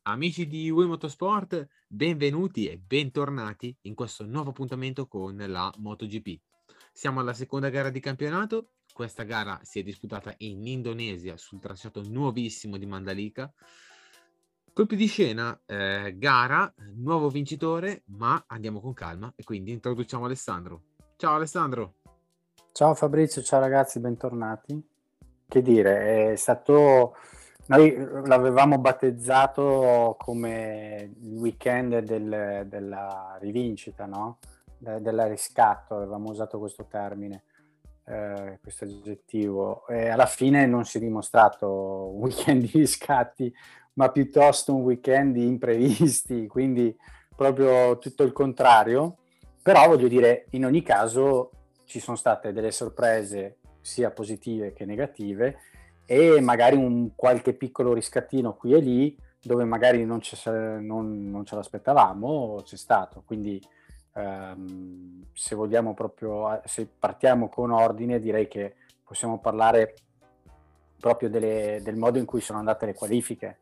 Amici di Wii Motorsport, benvenuti e bentornati in questo nuovo appuntamento con la MotoGP. Siamo alla seconda gara di campionato. Questa gara si è disputata in Indonesia sul tracciato nuovissimo di Mandalika. Colpi di scena, gara, nuovo vincitore, ma andiamo con calma e quindi introduciamo Alessandro. Ciao Alessandro! Ciao Fabrizio, ciao ragazzi, bentornati. Che dire, è stato... Noi l'avevamo battezzato come il weekend della rivincita, no? Del riscatto, avevamo usato questo termine, questo aggettivo. E alla fine non si è dimostrato un weekend di riscatti, ma piuttosto un weekend di imprevisti, quindi proprio tutto il contrario. Però voglio dire, in ogni caso ci sono state delle sorprese sia positive che negative e magari un qualche piccolo riscattino qui e lì dove magari non ce l'aspettavamo c'è stato. Quindi se vogliamo proprio, se partiamo con ordine, direi che possiamo parlare proprio del modo in cui sono andate le qualifiche,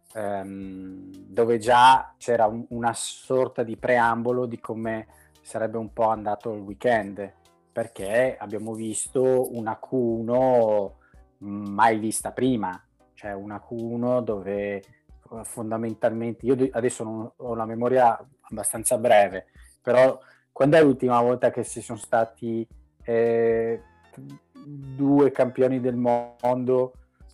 dove già c'era una sorta di preambolo di come sarebbe un po' andato il weekend, perché abbiamo visto una Q1 mai vista prima, cioè una Q1 dove fondamentalmente, io adesso non ho la memoria abbastanza breve, però quando è l'ultima volta che ci sono stati due campioni del mondo,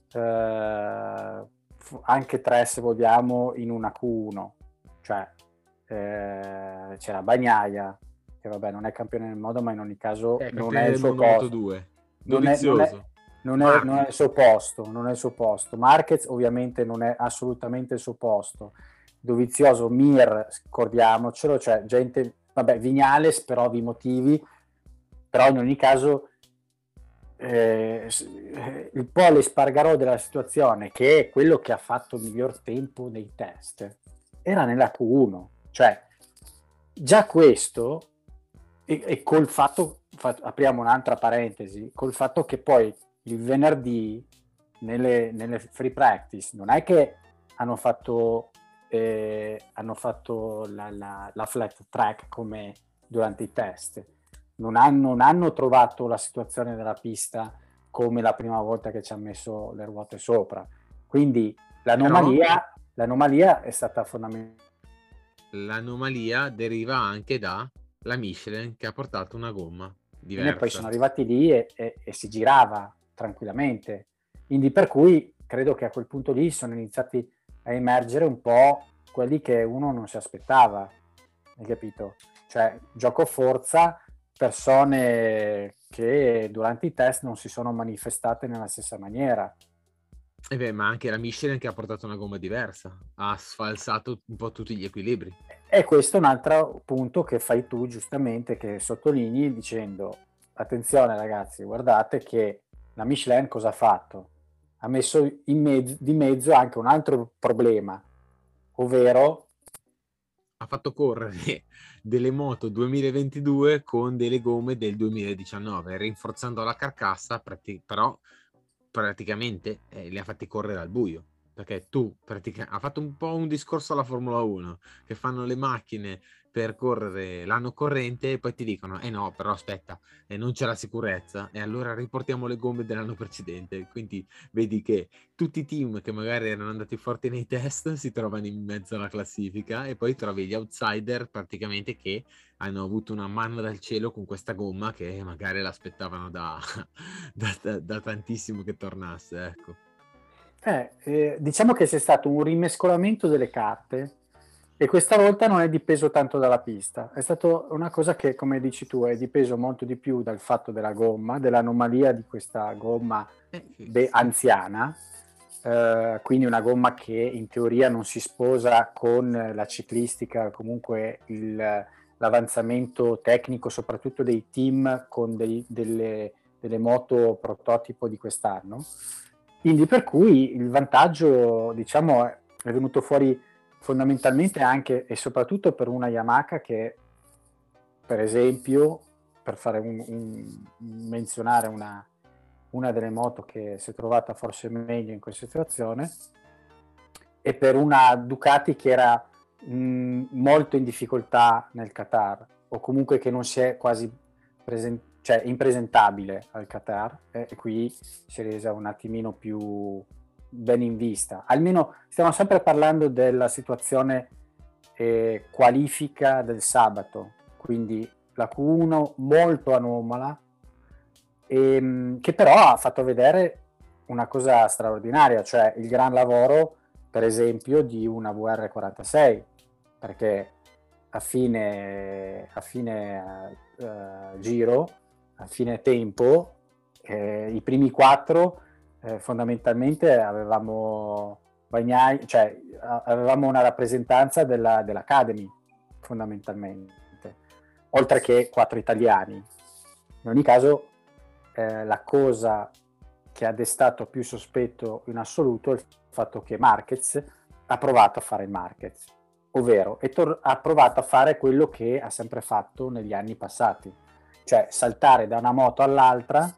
anche tre se vogliamo, in una Q1? Cioè c'era Bagnaia, che vabbè non è campione del mondo, ma in ogni caso non è Campione il del suo mondo Moto posto, 2, non è Dovizioso, non è Marquez. il suo posto, non è il suo posto. Marquez ovviamente non è assolutamente il suo posto. Dovizioso, Mir, scordiamocelo, cioè gente, vabbè, Vignales per ovvi motivi, però in ogni caso il po' l'espargarò della situazione, che è quello che ha fatto miglior tempo nei test, era nella Q1, cioè già questo e col fatto, apriamo un'altra parentesi, col fatto che poi il venerdì nelle free practice non è che hanno fatto la flat track come durante i test, non hanno trovato la situazione della pista come la prima volta che ci ha messo le ruote sopra, quindi Però l'anomalia è stata fondamentale. l'anomalia deriva anche da la Michelin che ha portato una gomma Fine poi sono diversa. arrivati lì e si girava tranquillamente. Quindi per cui credo che a quel punto lì sono iniziati a emergere un po' quelli che uno non si aspettava, hai capito? Cioè gioco forza, persone che durante i test non si sono manifestate nella stessa maniera. E beh, ma anche la Michelin che ha portato una gomma diversa, ha sfalsato un po' tutti gli equilibri. E questo è un altro punto che fai tu giustamente, che sottolinei dicendo attenzione ragazzi, guardate che la Michelin cosa ha fatto? Ha messo di mezzo anche un altro problema, ovvero Ha fatto correre delle moto 2022 con delle gomme del 2019, rinforzando la carcassa, però praticamente li ha fatti correre al buio. Perché ha fatto un po' un discorso alla Formula 1, che fanno le macchine per correre l'anno corrente e poi ti dicono, eh no, però aspetta, non c'è la sicurezza, e allora riportiamo le gomme dell'anno precedente. Quindi vedi che tutti i team che magari erano andati forti nei test si trovano in mezzo alla classifica e poi trovi gli outsider praticamente che hanno avuto una mano dal cielo con questa gomma che magari l'aspettavano da tantissimo che tornasse, ecco. diciamo che c'è stato un rimescolamento delle carte e questa volta non è dipeso tanto dalla pista, è stata una cosa che, come dici tu, è dipeso molto di più dal fatto della gomma, dell'anomalia di questa gomma Sì. anziana, quindi una gomma che in teoria non si sposa con la ciclistica, comunque l'avanzamento tecnico, soprattutto dei team con delle moto prototipo di quest'anno. Quindi per cui il vantaggio, diciamo, è venuto fuori fondamentalmente anche e soprattutto per una Yamaha che, per esempio, per fare menzionare una delle moto che si è trovata forse meglio in questa situazione, e per una Ducati che era molto in difficoltà nel Qatar, o comunque che non si è quasi cioè impresentabile al Qatar, e qui si è resa un attimino più ben in vista. Almeno stiamo sempre parlando della situazione qualifica del sabato, quindi la Q1 molto anomala, che però ha fatto vedere una cosa straordinaria, cioè il gran lavoro, per esempio, di una VR46, perché a fine giro, a fine tempo, i primi 4 fondamentalmente avevamo cioè avevamo una rappresentanza dell'Academy, fondamentalmente, oltre che 4 italiani. In ogni caso, la cosa che ha destato più sospetto in assoluto è il fatto che Marquez ha provato a fare il Marquez, ovvero ha provato a fare quello che ha sempre fatto negli anni passati, cioè saltare da una moto all'altra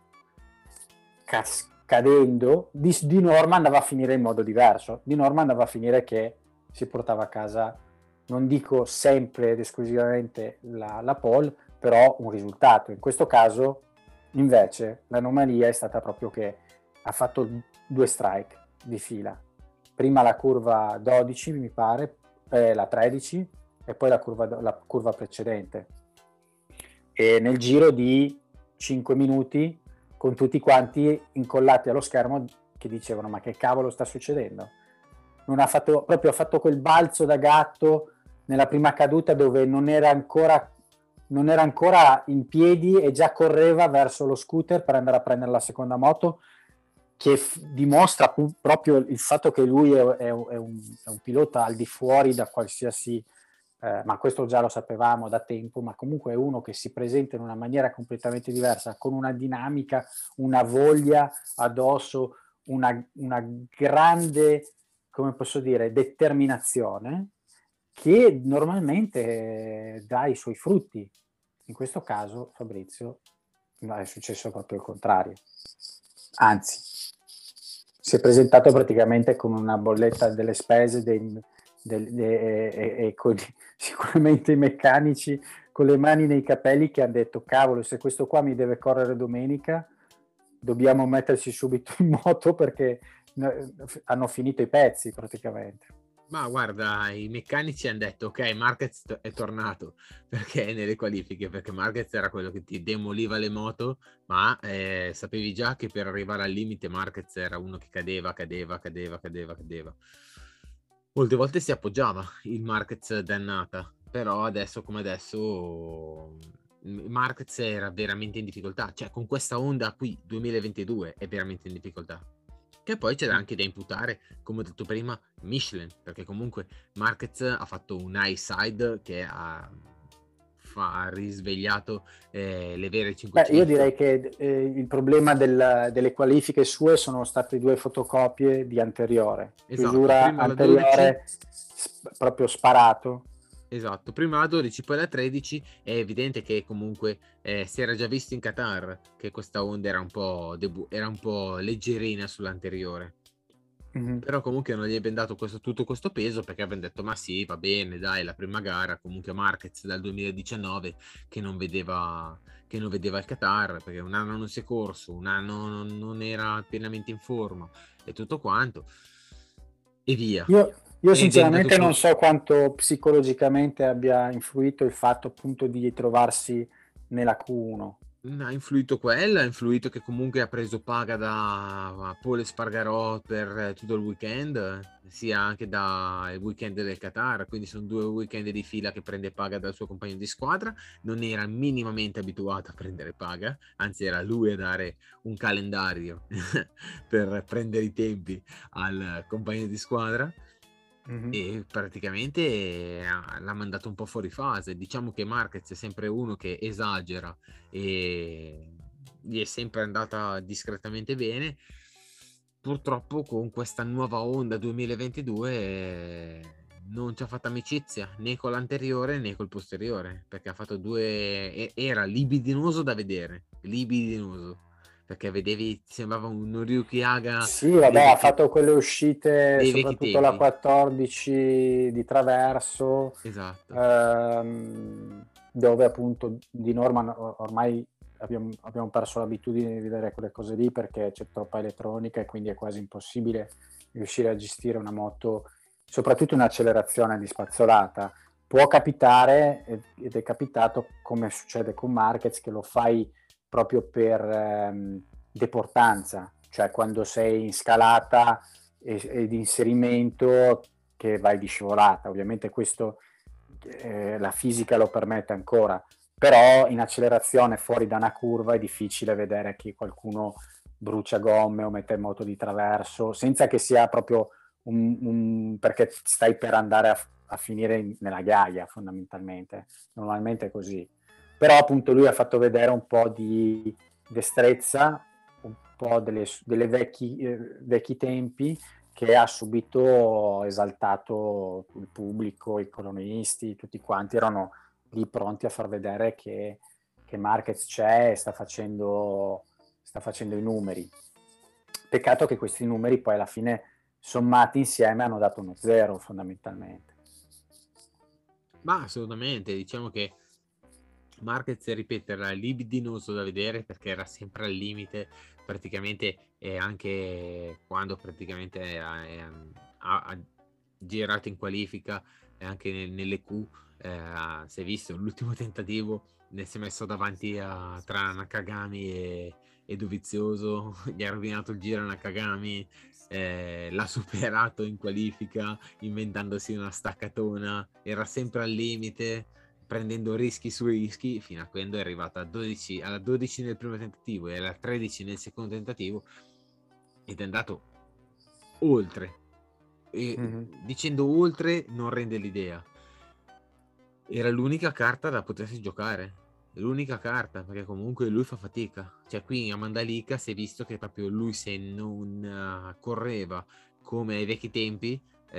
cadendo. Di norma andava a finire in modo diverso, di norma andava a finire che si portava a casa, non dico sempre ed esclusivamente la pole, però un risultato. In questo caso invece l'anomalia è stata proprio che ha fatto 2 strike di fila, prima la curva 12 mi pare, la 13 e poi la curva precedente, e nel giro di 5 minuti con tutti quanti incollati allo schermo che dicevano: ma che cavolo sta succedendo? Non ha fatto, proprio ha fatto quel balzo da gatto nella prima caduta dove non era ancora in piedi e già correva verso lo scooter per andare a prendere la seconda moto, che dimostra proprio il fatto che lui è un pilota al di fuori da qualsiasi ma questo già lo sapevamo da tempo, ma comunque è uno che si presenta in una maniera completamente diversa, con una dinamica, una voglia addosso, una grande, come posso dire, determinazione, che normalmente dà i suoi frutti. In questo caso, Fabrizio, è successo proprio il contrario. Anzi, si è presentato praticamente con una bolletta delle spese e con sicuramente i meccanici con le mani nei capelli, che hanno detto: cavolo, se questo qua mi deve correre domenica dobbiamo metterci subito in moto, perché hanno finito i pezzi praticamente. Ma guarda, i meccanici hanno detto: ok, Marquez è tornato perché nelle qualifiche, perché Marquez era quello che ti demoliva le moto, ma sapevi già che per arrivare al limite Marquez era uno che cadeva. Molte volte si appoggiava il Marquez dannata, però adesso come adesso Marquez era veramente in difficoltà, cioè con questa Honda qui 2022 è veramente in difficoltà. Che poi c'era anche da imputare, come ho detto prima, Michelin, perché comunque Marquez ha fatto un high side che ha risvegliato le vere 500. Io direi che il problema delle qualifiche sue sono state 2 fotocopie di anteriore, Esatto, chiusura prima la 12, anteriore proprio sparato. esatto, prima la 12, poi la 13. È evidente che comunque si era già visto in Qatar che questa Honda era un po' leggerina sull'anteriore. Mm-hmm. Però comunque non gli abbiamo dato tutto questo peso, perché abbiamo detto: ma sì, va bene, dai, la prima gara. Comunque Marquez dal 2019 che non vedeva il Qatar, perché un anno non si è corso, un anno non era pienamente in forma e tutto quanto, e via. Io Ed è andato sinceramente non so quanto psicologicamente abbia influito il fatto appunto di trovarsi nella Q1. Ha influito quello, ha influito che comunque ha preso paga da Paul Espargarò per tutto il weekend, sia anche dal weekend del Qatar, quindi sono 2 weekend di fila che prende paga dal suo compagno di squadra. Non era minimamente abituato a prendere paga, anzi era lui a dare un calendario per prendere i tempi al compagno di squadra. Mm-hmm. E praticamente l'ha mandato un po' fuori fase. Diciamo che Marquez è sempre uno che esagera e gli è sempre andata discretamente bene. Purtroppo con questa nuova Honda 2022 non ci ha fatto amicizia né con l'anteriore né col posteriore, perché ha fatto era libidinoso da vedere, libidinoso, perché vedevi, sembrava un Noriyuki Haga Sì, vabbè, ha fatto quelle uscite, dei vecchi soprattutto la tempi. 14 di traverso, Esatto. dove appunto di norma ormai abbiamo perso l'abitudine di vedere quelle cose lì perché c'è troppa elettronica e quindi è quasi impossibile riuscire a gestire una moto, soprattutto in accelerazione di spazzolata. Può capitare, ed è capitato, come succede con Marquez, che lo fai proprio per deportanza, cioè quando sei in scalata e di inserimento che vai di scivolata. Ovviamente questo la fisica lo permette ancora, però in accelerazione fuori da una curva è difficile vedere che qualcuno brucia gomme o mette il moto di traverso senza che sia proprio perché stai per andare a finire nella ghiaia fondamentalmente. Normalmente è così, però appunto lui ha fatto vedere un po' di destrezza, un po' delle vecchi tempi, che ha subito esaltato il pubblico, i colonisti, tutti quanti erano lì pronti a far vedere che Marquez c'è e sta facendo i numeri. Peccato che questi numeri poi alla fine sommati insieme hanno dato uno zero fondamentalmente. Ma assolutamente, diciamo che Marquez, ripeto, era libidinoso da vedere perché era sempre al limite praticamente, e anche quando praticamente ha girato in qualifica e anche nelle Q, si è visto l'ultimo tentativo, ne si è messo davanti tra Nakagami e Dovizioso, gli ha rovinato il giro a Nakagami, l'ha superato in qualifica inventandosi una staccatona, era sempre al limite, prendendo rischi su rischi, fino a quando è arrivata alla 12 nel primo tentativo e alla 13 nel secondo tentativo, ed è andato oltre. E dicendo oltre non rende l'idea. Era l'unica carta da potersi giocare. L'unica carta, perché comunque lui fa fatica. Cioè, qui a Mandalika si è visto che proprio lui, se non correva come ai vecchi tempi,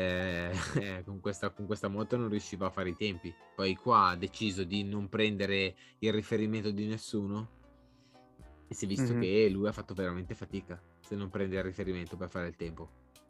con questa moto non riusciva a fare i tempi. Poi qua ha deciso di non prendere il riferimento di nessuno e si è visto che lui ha fatto veramente fatica se non prende il riferimento per fare il tempo.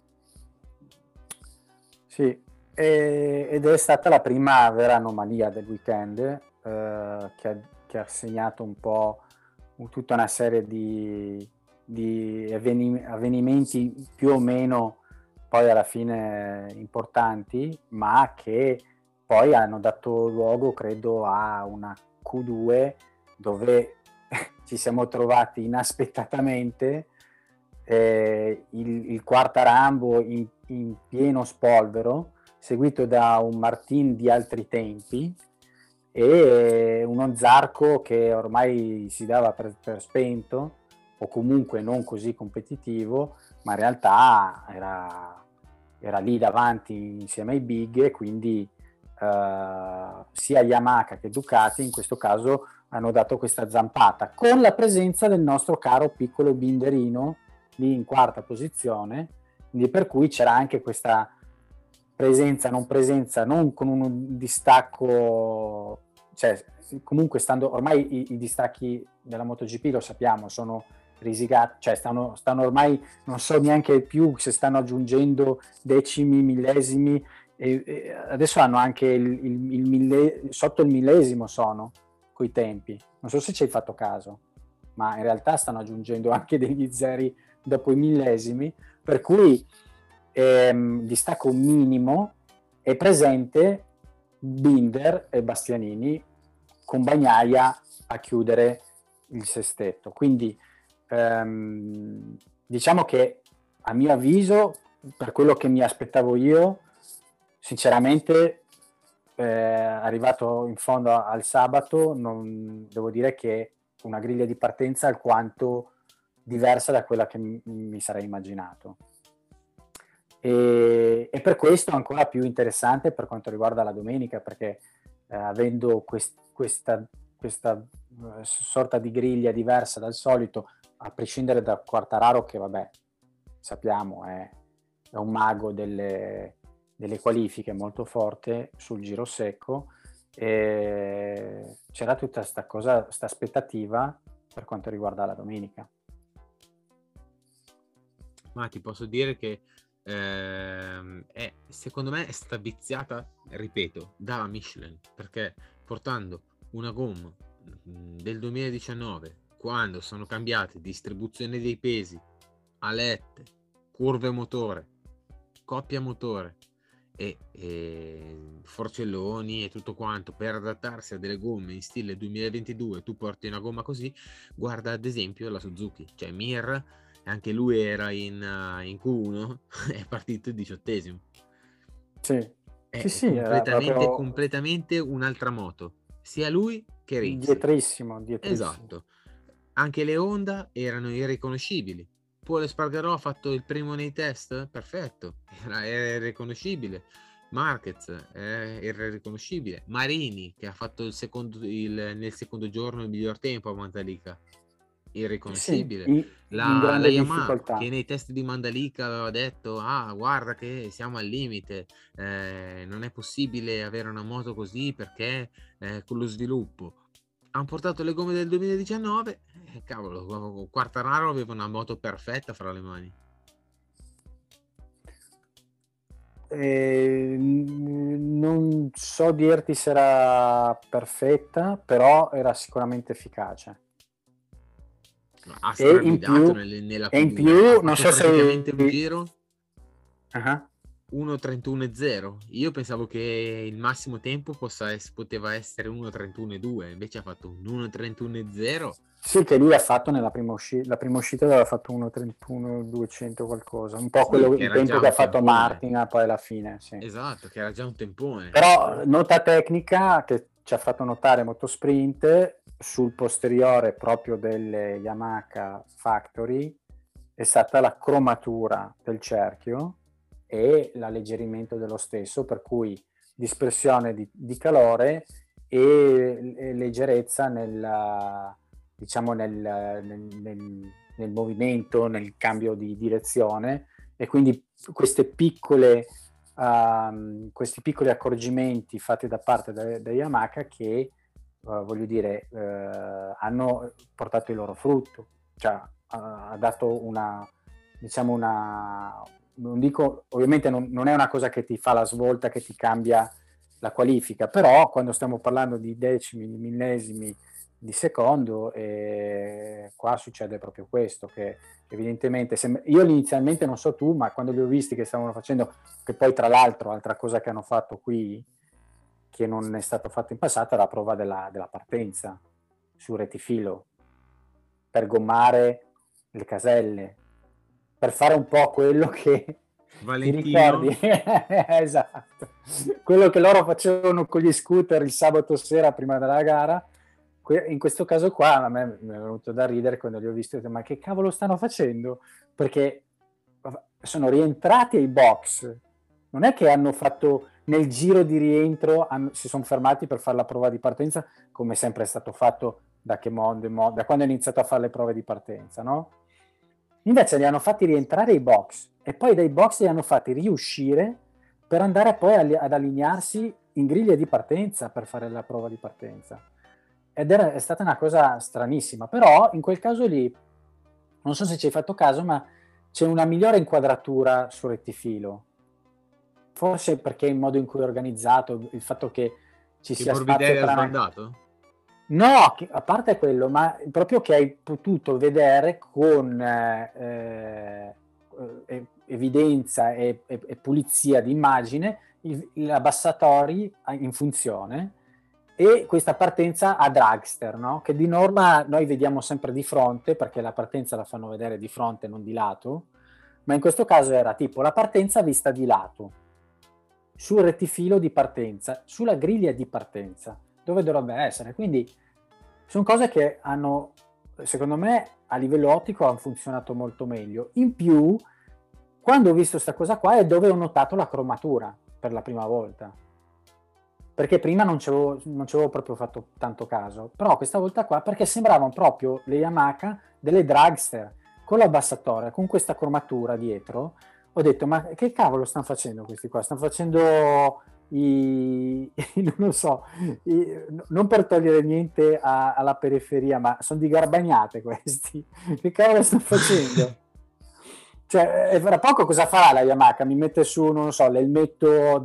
Sì, ed è stata la prima vera anomalia del weekend, che ha segnato un po' tutta una serie di avvenimenti più o meno poi alla fine importanti, ma che poi hanno dato luogo, credo, a una Q2 dove ci siamo trovati inaspettatamente il Quartarambo in pieno spolvero, seguito da un Martin di altri tempi e uno Zarco che ormai si dava per spento o comunque non così competitivo, ma in realtà era lì davanti insieme ai big, e quindi sia Yamaha che Ducati in questo caso hanno dato questa zampata con la presenza del nostro caro piccolo Binderino lì in quarta posizione, quindi per cui c'era anche questa presenza, non con un distacco, cioè comunque stando, ormai i distacchi della MotoGP lo sappiamo, sono risicati, cioè stanno ormai, non so neanche più se stanno aggiungendo decimi, millesimi, e adesso hanno anche sotto il millesimo sono coi tempi, non so se ci hai fatto caso, ma in realtà stanno aggiungendo anche degli zeri dopo i millesimi, per cui distacco minimo è presente Binder e Bastianini con Bagnaia a chiudere il sestetto. Quindi diciamo che a mio avviso, per quello che mi aspettavo io, sinceramente arrivato in fondo al sabato, non, devo dire che una griglia di partenza alquanto diversa da quella che mi sarei immaginato. E per questo ancora più interessante per quanto riguarda la domenica, perché avendo questa sorta di griglia diversa dal solito, a prescindere da Quartararo, che vabbè, sappiamo è un mago delle qualifiche, molto forte sul giro secco, e c'era tutta questa aspettativa per quanto riguarda la domenica. Ma ti posso dire che secondo me è stata viziata, ripeto, dalla Michelin, perché portando una gomma del 2019, quando sono cambiate distribuzione dei pesi, alette, curve motore, coppia motore e forcelloni e tutto quanto, per adattarsi a delle gomme in stile 2022, tu porti una gomma così. Guarda ad esempio la Suzuki, cioè Mir, anche lui era in Q1 è partito il 18esimo. Sì, sì, È sì, era proprio completamente un'altra moto, sia lui che Rins. dietrissimo, dietrissimo. Esatto. Anche le Honda erano irriconoscibili. Paul Espargarò ha fatto il primo nei test, perfetto, era irriconoscibile. Marquez era irriconoscibile. Marini, che ha fatto nel secondo giorno il miglior tempo a Mandalika, Sì, irriconoscibile. in La grande Yamaha, che difficoltà. nei test di Mandalika aveva detto: ah, guarda che siamo al limite, non è possibile avere una moto così perché con lo sviluppo. Hanno portato le gomme del 2019 e cavolo, Quartararo aveva una moto perfetta fra le mani. Non so dirti se era perfetta, però era sicuramente efficace. Ha E in straguidato più, nella e in Q2, ha più non fatto so praticamente un se... giro Ah, 1.31.0. Io pensavo che il massimo tempo poteva essere 1.31.2, invece ha fatto un 1.31.0. sì, che lui ha fatto nella prima uscita, la prima uscita aveva fatto 1.31, 200 qualcosa, un po' Sì, che il era tempo già che ha un fatto tempone. Martin poi alla fine, sì. Esatto, che era già un tempone. Però nota tecnica che ci ha fatto notare Motosprint sul posteriore proprio delle Yamaha Factory è stata la cromatura del cerchio e l'alleggerimento dello stesso, per cui dispersione di calore e leggerezza diciamo nel movimento, nel cambio di direzione, e quindi questi piccoli accorgimenti fatti da parte da Yamaha che voglio dire hanno portato il loro frutto, cioè ha dato diciamo non dico, ovviamente non è una cosa che ti fa la svolta, che ti cambia la qualifica, però quando stiamo parlando di decimi, di millesimi di secondo, qua succede proprio questo, che evidentemente io inizialmente non so tu, ma quando li ho visti che stavano facendo, che poi tra l'altro altra cosa che hanno fatto qui che non è stato fatto in passato è la prova della partenza sul rettifilo per gommare le caselle, per fare un po' quello che ti Valentino, ricordi? Esatto, quello che loro facevano con gli scooter il sabato sera prima della gara. In questo caso qua a me mi è venuto da ridere quando li ho visti, ma che cavolo stanno facendo? Perché sono rientrati ai box, non è che hanno fatto nel giro di rientro, si sono fermati per fare la prova di partenza, come sempre è stato fatto da quando hanno iniziato a fare le prove di partenza, no? Invece li hanno fatti rientrare ai box e poi dai box li hanno fatti riuscire per andare poi ad allinearsi in griglia di partenza per fare la prova di partenza. È stata una cosa stranissima, però in quel caso lì, non so se ci hai fatto caso, ma c'è una migliore inquadratura sul rettifilo. Forse perché il modo in cui è organizzato, il fatto che ci che sia spazio Morbidelli ha tra sbandato? No, a parte quello, ma proprio che hai potuto vedere con evidenza e pulizia di immagine gli abbassatori in funzione e questa partenza a dragster, no? Che di norma noi vediamo sempre di fronte, perché la partenza la fanno vedere di fronte, non di lato, ma in questo caso era tipo la partenza vista di lato, sul rettifilo di partenza, sulla griglia di partenza, dove dovrebbe essere. Quindi sono cose che hanno, secondo me, a livello ottico hanno funzionato molto meglio. In più, quando ho visto questa cosa qua è dove ho notato la cromatura per la prima volta. Perché prima non ci avevo proprio fatto tanto caso. Però questa volta qua, perché sembravano proprio le Yamaha delle dragster, con l'abbassatore, con questa cromatura dietro. Ho detto, ma che cavolo stanno facendo questi qua? Stanno facendo non lo so, non per togliere niente alla periferia, ma sono di garbagnate questi. Che cavolo stanno facendo? Cioè, e fra poco cosa farà la Yamaha? Mi mette su, non so, l'elmetto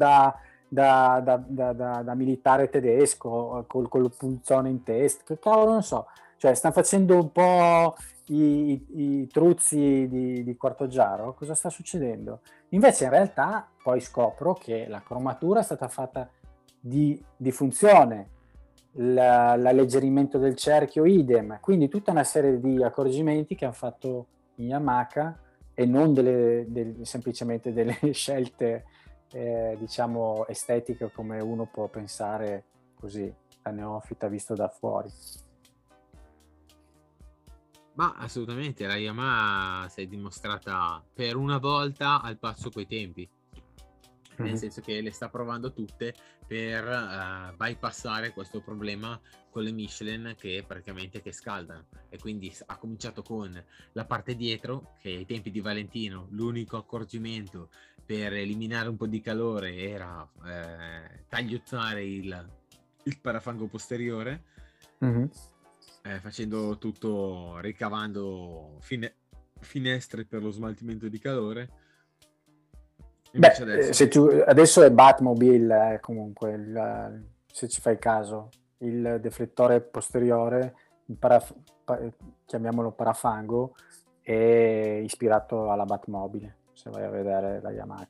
da militare tedesco col punzone in testa, che cavolo, non so. Cioè, stanno facendo un po' i truzzi di Quartogiaro. Cosa sta succedendo? Invece, in realtà, poi scopro che la cromatura è stata fatta di funzione, l'alleggerimento del cerchio idem, quindi tutta una serie di accorgimenti che hanno fatto in Yamaha e non semplicemente delle scelte diciamo estetiche come uno può pensare così da neofita visto da fuori. Ma assolutamente la Yamaha si è dimostrata per una volta al passo coi tempi, nel senso che le sta provando tutte per bypassare questo problema con le Michelin che praticamente che scaldano, e quindi ha cominciato con la parte dietro, che ai tempi di Valentino l'unico accorgimento per eliminare un po' di calore era tagliuzzare il parafango posteriore, facendo tutto, ricavando finestre per lo smaltimento di calore. Beh, adesso è Batmobile comunque, se ci fai caso, il deflettore posteriore, chiamiamolo parafango, è ispirato alla Batmobile, se vai a vedere la Yamaha.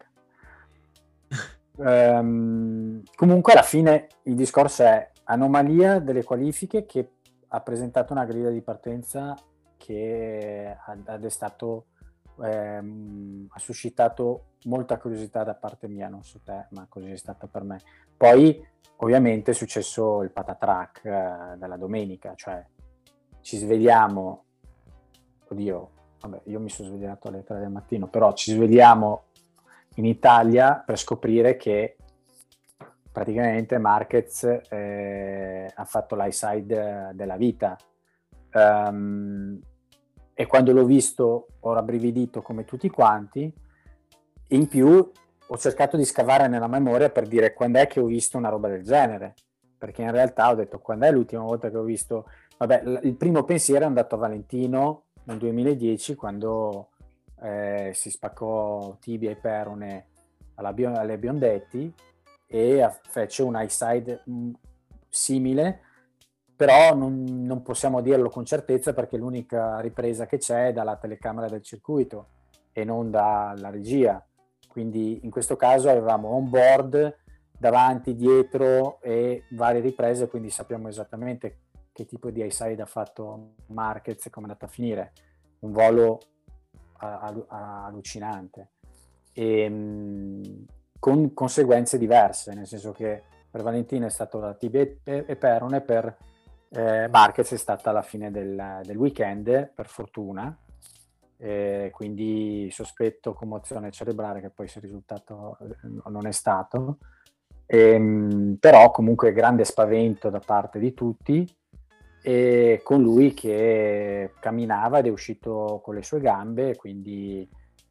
Comunque alla fine il discorso è anomalia delle qualifiche, che ha presentato una griglia di partenza che ha destato ha suscitato molta curiosità da parte mia, non so te, ma così è stato per me. Poi ovviamente è successo il patatrack della domenica, cioè ci svegliamo, io mi sono svegliato alle 3 del mattino, però ci svegliamo in Italia per scoprire che praticamente Marquez ha fatto l'high-side della vita. E quando l'ho visto ho rabbrividito come tutti quanti. In più ho cercato di scavare nella memoria per dire quando è che ho visto una roba del genere, perché in realtà ho detto quando è l'ultima volta che ho visto, il primo pensiero è andato a Valentino nel 2010 quando si spaccò tibia e perone alle Biondetti e fece un high side simile, però non possiamo dirlo con certezza perché l'unica ripresa che c'è è dalla telecamera del circuito e non dalla regia, quindi in questo caso avevamo on board, davanti, dietro e varie riprese, quindi sappiamo esattamente che tipo di high side ha fatto Marquez e come è andato a finire, un volo allucinante e con conseguenze diverse, nel senso che per Valentino è stato la tibia e perone, per Marquez è stata la fine del weekend, per fortuna, quindi sospetto commozione cerebrale, che poi il risultato non è stato, però comunque grande spavento da parte di tutti, e con lui che camminava ed è uscito con le sue gambe, quindi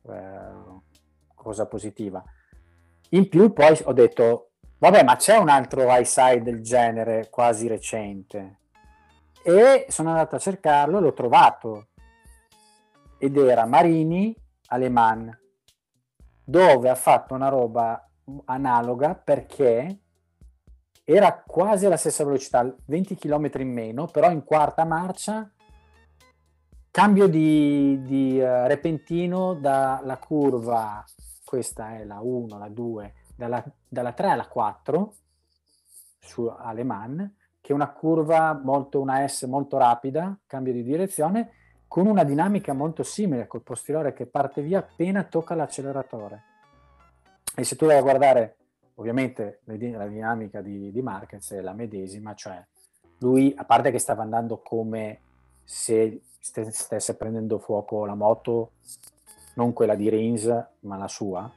cosa positiva. In più poi ho detto vabbè, ma c'è un altro high side del genere quasi recente, e sono andato a cercarlo, l'ho trovato ed era Marini a Le Mans, dove ha fatto una roba analoga perché era quasi alla stessa velocità, 20 km in meno, però in quarta marcia cambio di repentino dalla curva, questa è la 1, la 2, dalla 3 alla 4 su Le Mans, che è una curva una S molto rapida, cambio di direzione, con una dinamica molto simile col posteriore che parte via appena tocca l'acceleratore. E se tu vai a guardare ovviamente la dinamica di Marquez è la medesima, cioè lui, a parte che stava andando come se stesse prendendo fuoco la moto, non quella di Rins ma la sua.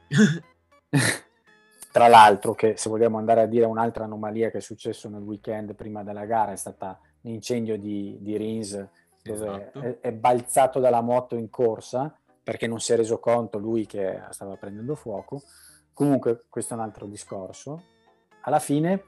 Tra l'altro, che se vogliamo andare a dire un'altra anomalia che è successo nel weekend prima della gara, è stata l'incendio di Rins, dove esatto. è balzato dalla moto in corsa perché non si è reso conto lui che stava prendendo fuoco. Comunque questo è un altro discorso. Alla fine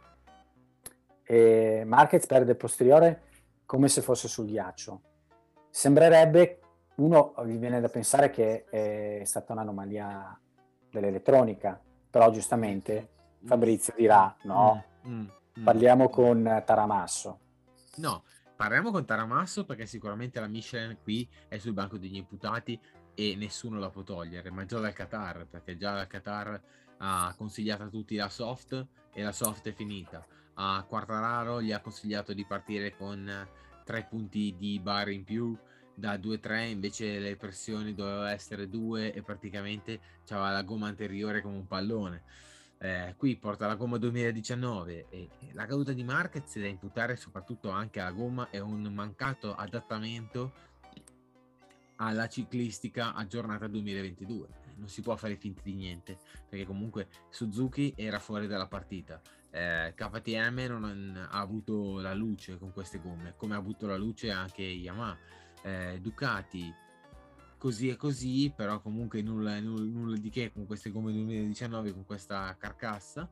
Marquez perde posteriore come se fosse sul ghiaccio. Sembrerebbe uno gli viene da pensare che è stata un'anomalia dell'elettronica, però giustamente Mm, Fabrizio mm, dirà: mm, no, mm, mm, parliamo mm. con Taramasso. No, parliamo con Taramasso perché sicuramente la Michelin qui è sul banco degli imputati e nessuno la può togliere, ma già dal Qatar, perché già dal Qatar ha consigliato a tutti la soft e la soft è finita. A Quartararo gli ha consigliato di partire con 3 punti di bar in più da 2-3, invece le pressioni dovevano essere 2 e praticamente c'aveva la gomma anteriore come un pallone. Qui porta la gomma 2019 e la caduta di Marquez è da imputare soprattutto anche alla gomma e un mancato adattamento alla ciclistica aggiornata 2022. Non si può fare finta di niente perché comunque Suzuki era fuori dalla partita. KTM non ha avuto la luce con queste gomme, come ha avuto la luce anche Yamaha. Ducati così e così, però comunque nulla di che con queste gomme 2019, con questa carcassa.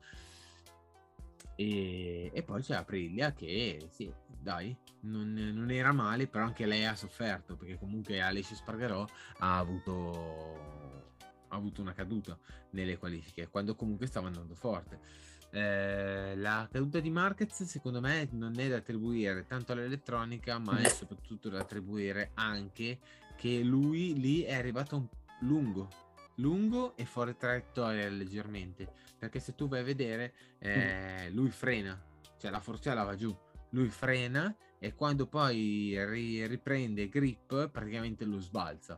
E poi c'è Aprilia che sì, dai, non era male, però anche lei ha sofferto perché comunque Alessio Spargarò ha avuto una caduta nelle qualifiche quando comunque stava andando forte. La caduta di Marquez secondo me non è da attribuire tanto all'elettronica, ma è soprattutto da attribuire anche che lui lì è arrivato lungo e fuori traiettoria leggermente, perché se tu vai a vedere lui frena, cioè la forcella va giù, lui frena e quando poi riprende grip praticamente lo sbalza.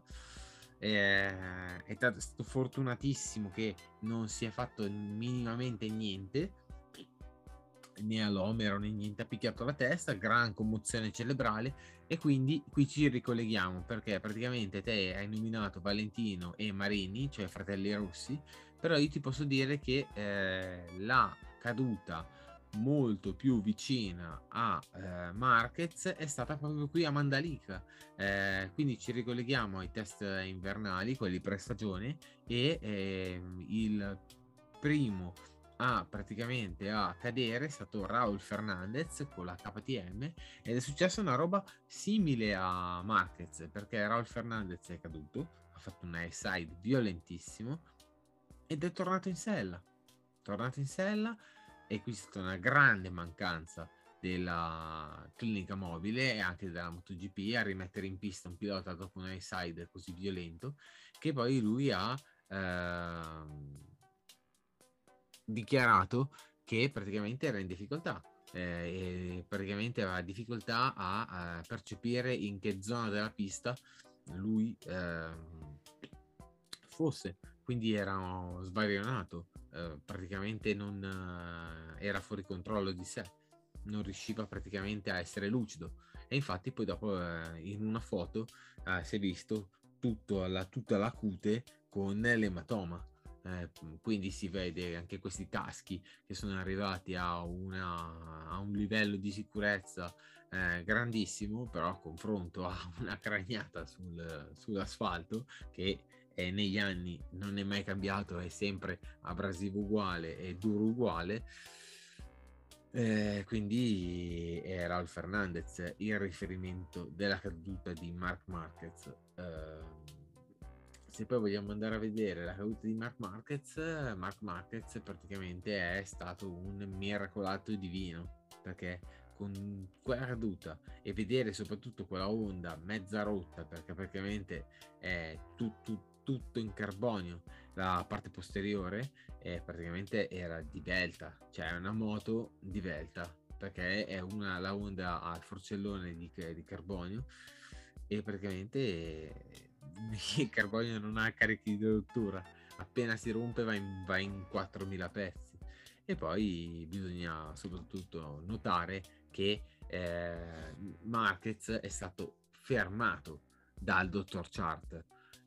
È stato fortunatissimo che non si è fatto minimamente niente, né all'omero né niente, ha picchiato la testa, gran commozione cerebrale, e quindi qui ci ricolleghiamo perché praticamente te hai nominato Valentino e Marini, cioè fratelli russi, però io ti posso dire che la caduta molto più vicina a Marquez è stata proprio qui a Mandalika. Quindi ci ricolleghiamo ai test invernali, quelli pre-stagione, e il primo a cadere è stato Raul Fernandez con la KTM, ed è successa una roba simile a Marquez perché Raul Fernandez è caduto, ha fatto un airside violentissimo ed è tornato in sella, e qui è stata una grande mancanza della clinica mobile e anche della MotoGP a rimettere in pista un pilota dopo un airside così violento, che poi lui ha dichiarato che praticamente era in difficoltà, e praticamente aveva difficoltà a percepire in che zona della pista lui fosse, quindi era svarionato, praticamente non era fuori controllo di sé, non riusciva praticamente a essere lucido, e infatti poi dopo in una foto si è visto tutta la cute con l'ematoma. Quindi si vede anche questi caschi che sono arrivati a un livello di sicurezza grandissimo, però a confronto a una craniata sull'asfalto che negli anni non è mai cambiato, è sempre abrasivo uguale e duro uguale. Quindi è Raul Fernandez il riferimento della caduta di Marc Marquez. Se poi vogliamo andare a vedere la caduta di Marc Marquez praticamente è stato un miracolato divino, perché con quella caduta e vedere soprattutto quella Honda mezza rotta, perché praticamente è tutto in carbonio la parte posteriore, praticamente era di Velta, cioè è una moto di Velta, perché la Honda ha il forcellone di carbonio, e praticamente il carbonio non ha carichi di rottura, appena si rompe va in 4000 pezzi. E poi bisogna soprattutto notare che Marquez è stato fermato dal dottor Chart,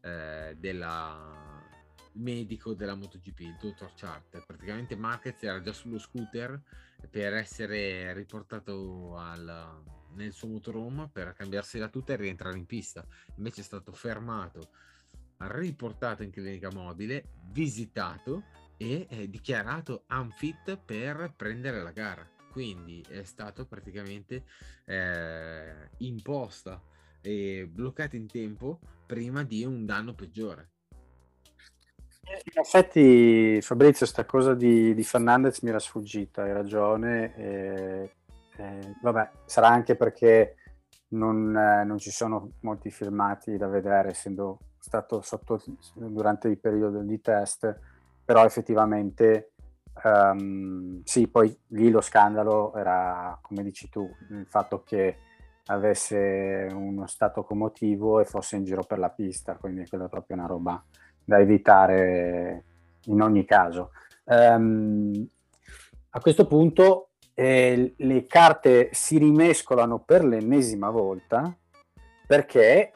della medico della MotoGP, il dottor Chart. Praticamente Marquez era già sullo scooter per essere riportato nel suo motorhome per cambiarsi la tuta e rientrare in pista, invece è stato fermato, riportato in clinica mobile, visitato e dichiarato unfit per prendere la gara. Quindi è stato praticamente imposta e bloccato in tempo prima di un danno peggiore. In effetti, Fabrizio, sta cosa di Fernandez mi era sfuggita, hai ragione. Vabbè, sarà anche perché non ci sono molti filmati da vedere, essendo stato sotto durante il periodo di test, però effettivamente sì, poi lì lo scandalo era, come dici tu, il fatto che avesse uno stato comotivo e fosse in giro per la pista, quindi quella è proprio una roba da evitare in ogni caso. A questo punto le carte si rimescolano per l'ennesima volta perché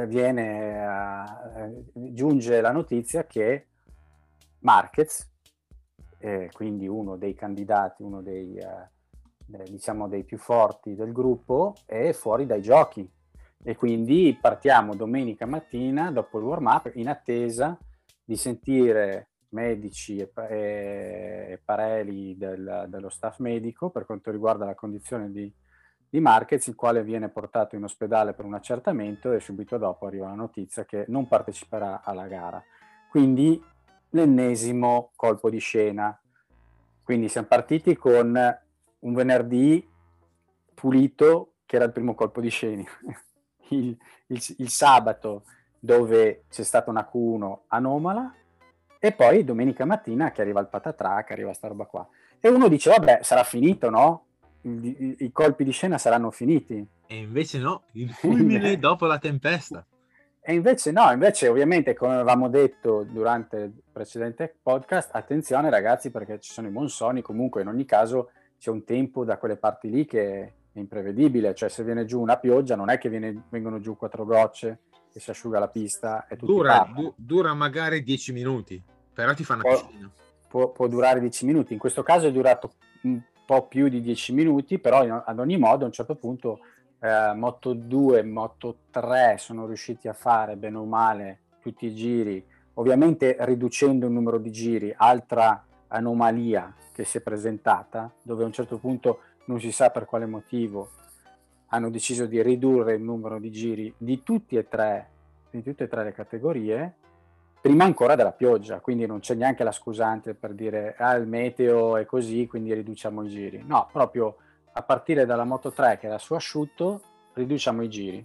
giunge la notizia che Marquez, quindi uno dei candidati, uno diciamo dei più forti del gruppo, è fuori dai giochi. E quindi partiamo domenica mattina dopo il warm-up in attesa di sentire medici e pareri dello staff medico per quanto riguarda la condizione di Marquez, il quale viene portato in ospedale per un accertamento e subito dopo arriva la notizia che non parteciperà alla gara. Quindi l'ennesimo colpo di scena. Quindi siamo partiti con un venerdì pulito che era il primo colpo di scena. Il sabato dove c'è stata una Q1 anomala e poi domenica mattina che arriva il patatrac, arriva sta roba qua. E uno dice, vabbè, sarà finito, no? I colpi di scena saranno finiti. E invece no, il fulmine dopo la tempesta. E invece no, invece ovviamente come avevamo detto durante il precedente podcast, attenzione ragazzi perché ci sono i monsoni, comunque in ogni caso c'è un tempo da quelle parti lì che è imprevedibile, cioè se viene giù una pioggia non è che vengono giù 4 gocce e si asciuga la pista e tutti partono. Dura magari 10 minuti, però ti fa una piscina. Può durare 10 minuti, in questo caso è durato un po' più di 10 minuti, però ad ogni modo a un certo punto Moto 2, Moto 3 sono riusciti a fare bene o male tutti i giri, ovviamente riducendo il numero di giri, altra anomalia che si è presentata, dove a un certo punto non si sa per quale motivo hanno deciso di ridurre il numero di giri di tutte e tre le categorie, prima ancora della pioggia, quindi non c'è neanche la scusante per dire il meteo è così, quindi riduciamo i giri. No, proprio a partire dalla Moto 3 che era su asciutto, riduciamo i giri.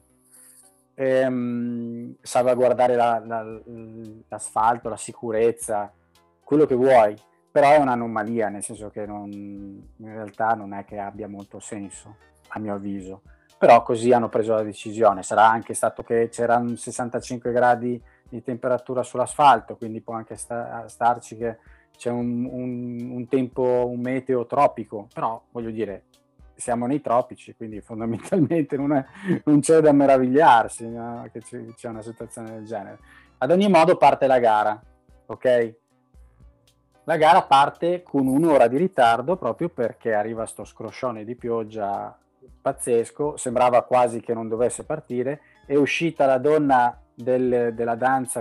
Salvaguardare l'asfalto, la sicurezza, quello che vuoi, però è un'anomalia, nel senso che in realtà non è che abbia molto senso, a mio avviso. Però così hanno preso la decisione. Sarà anche stato che c'erano 65 gradi di temperatura sull'asfalto, quindi può anche starci che c'è un tempo, un meteo tropico, però voglio dire, siamo nei tropici, quindi fondamentalmente non c'è da meravigliarsi, no? Che c'è una situazione del genere. Ad ogni modo parte la gara, ok? La gara parte con un'ora di ritardo proprio perché arriva sto scroscione di pioggia pazzesco, sembrava quasi che non dovesse partire, è uscita la donna della danza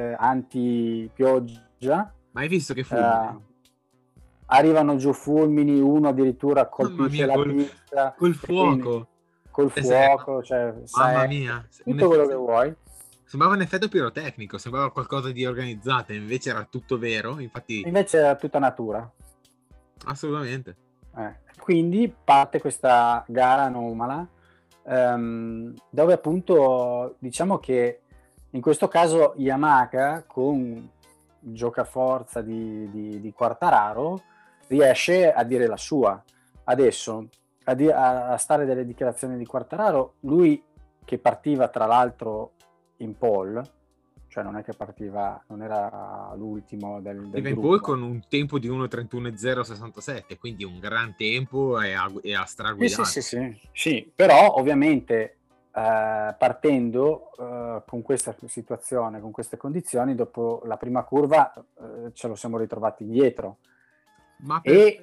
anti-pioggia. Ma hai visto che fulmine? Arrivano giù fulmini, uno addirittura Mamma colpisce mia, la pista. col Quindi, fuoco. col fuoco, cioè, Mamma mia. tutto quello che vuoi. Sembrava un effetto pirotecnico, sembrava qualcosa di organizzato, invece era tutto vero, infatti... Invece era tutta natura. Assolutamente. Quindi parte questa gara anomala, dove appunto diciamo che in questo caso Yamaha con giocaforza di Quartararo riesce a dire la sua. Adesso a stare delle dichiarazioni di Quartararo, lui che partiva tra l'altro in pole, cioè non è che partiva, non era l'ultimo del Arriva in gruppo. pole con un tempo di 1:31.067, quindi un gran tempo e ha straguidato. Sì, però ovviamente partendo con questa situazione, con queste condizioni, dopo la prima curva ce lo siamo ritrovati indietro. Ma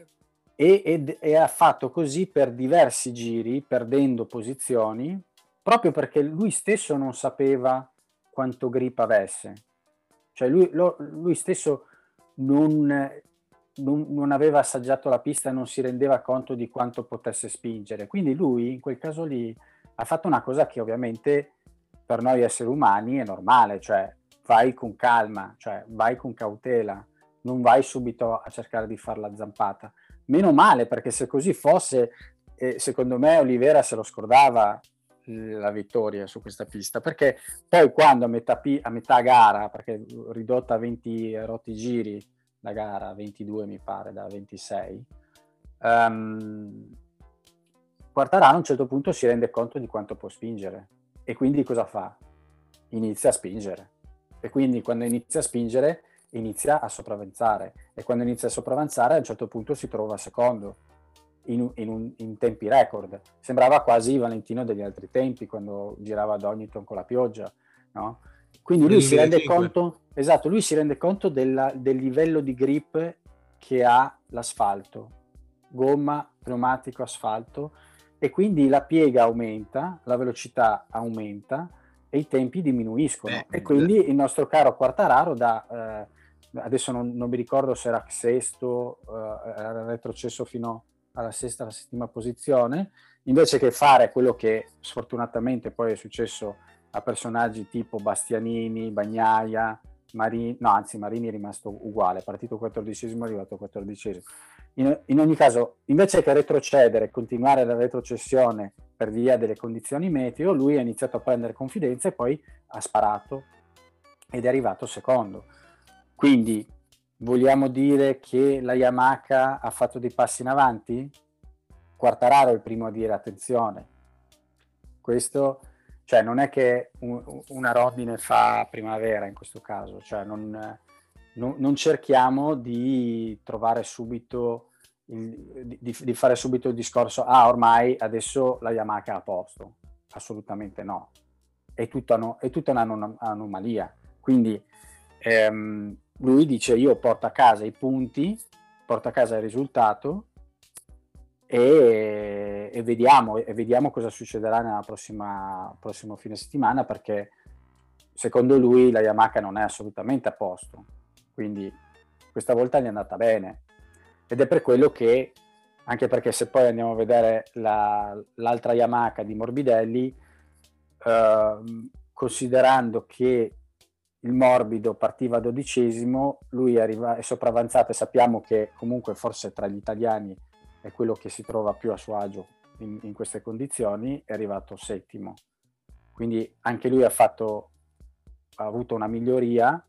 E ha fatto così per diversi giri, perdendo posizioni, proprio perché lui stesso non sapeva quanto grip avesse. Cioè lui stesso non aveva assaggiato la pista e non si rendeva conto di quanto potesse spingere. Quindi lui in quel caso lì ha fatto una cosa che ovviamente per noi esseri umani è normale, cioè vai con calma, cioè vai con cautela, non vai subito a cercare di fare la zampata. Meno male, perché se così fosse, secondo me Oliveira se lo scordava la vittoria su questa pista, perché poi quando a metà gara, perché ridotta a 20 rotti giri la gara, 22 mi pare da 26, Quartararo a un certo punto si rende conto di quanto può spingere e quindi cosa fa? Inizia a spingere, e quindi quando inizia a spingere inizia a sopravanzare, e quando inizia a sopravanzare a un certo punto si trova secondo in tempi record. Sembrava quasi Valentino degli altri tempi, quando girava ad Donington con la pioggia, no? Quindi lui si rende conto, esatto, lui si rende conto del livello di grip che ha l'asfalto, gomma, pneumatico, asfalto, e quindi la piega aumenta, la velocità aumenta e i tempi diminuiscono. E quindi il nostro caro Quartararo adesso non mi ricordo se era sesto, era retrocesso fino alla sesta, alla settima posizione, invece che fare quello che sfortunatamente poi è successo a personaggi tipo Bastianini, Bagnaia, Marini, no, anzi Marini è rimasto uguale, è partito 14esimo, è arrivato 14esimo. In ogni caso, invece che retrocedere, continuare la retrocessione per via delle condizioni meteo, lui ha iniziato a prendere confidenza e poi ha sparato ed è arrivato secondo. Quindi vogliamo dire che la Yamaha ha fatto dei passi in avanti? Quartararo è il primo a dire attenzione. Questo, cioè, non è che una rondine fa primavera in questo caso, cioè non cerchiamo di trovare subito di fare subito il discorso ormai adesso la Yamaha è a posto. Assolutamente no, è tutta un'anomalia. Quindi lui dice: io porto a casa i punti, porto a casa il risultato e vediamo cosa succederà nella prossimo fine settimana, perché secondo lui la Yamaha non è assolutamente a posto, quindi questa volta gli è andata bene, ed è per quello che, anche perché se poi andiamo a vedere l'altra Yamaha di Morbidelli, considerando che il Morbido partiva 12esimo, lui è sopravanzato, e sappiamo che comunque forse tra gli italiani è quello che si trova più a suo agio in queste condizioni, è arrivato settimo. Quindi anche lui ha avuto una miglioria,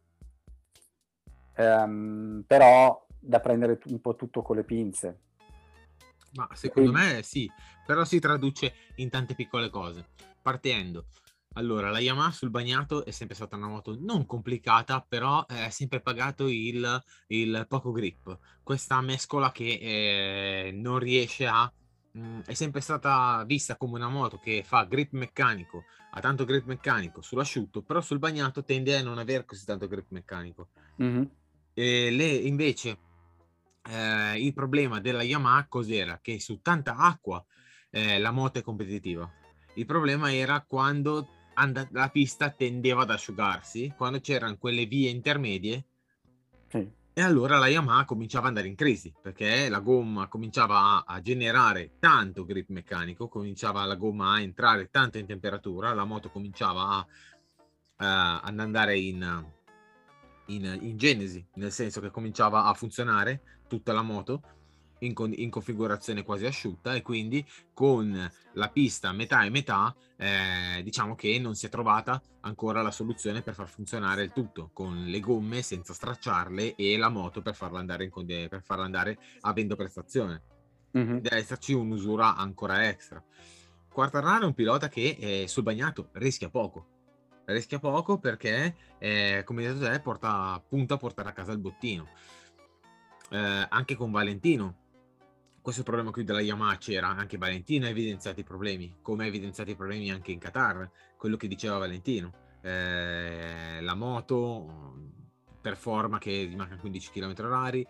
però da prendere un po' tutto con le pinze. Ma secondo me sì, però si traduce in tante piccole cose. Partendo, allora, la Yamaha sul bagnato è sempre stata una moto non complicata, però è sempre pagato il poco grip. Questa mescola che non riesce è sempre stata vista come una moto che fa grip meccanico, ha tanto grip meccanico sull'asciutto, però sul bagnato tende a non avere così tanto grip meccanico. Mm-hmm. Invece il problema della Yamaha cos'era? Che su tanta acqua la moto è competitiva. Il problema era quando la pista tendeva ad asciugarsi, quando c'erano quelle vie intermedie, sì. E allora la Yamaha cominciava ad andare in crisi, perché la gomma cominciava a generare tanto grip meccanico, cominciava la gomma a entrare tanto in temperatura, la moto cominciava ad andare in genesi, nel senso che cominciava a funzionare tutta la moto in configurazione quasi asciutta, e quindi con la pista metà e metà diciamo che non si è trovata ancora la soluzione per far funzionare il tutto, con le gomme senza stracciarle e la moto per farla andare, per farla andare avendo prestazione. Mm-hmm. Deve esserci un'usura ancora extra. Quartararo è un pilota che sul bagnato rischia poco perché come hai detto te punta a portare a casa il bottino. Anche con Valentino questo problema qui della Yamaha c'era, anche Valentino ha evidenziato i problemi, come ha evidenziato i problemi anche in Qatar, quello che diceva Valentino, la moto performa che gli mancano 15 km/h,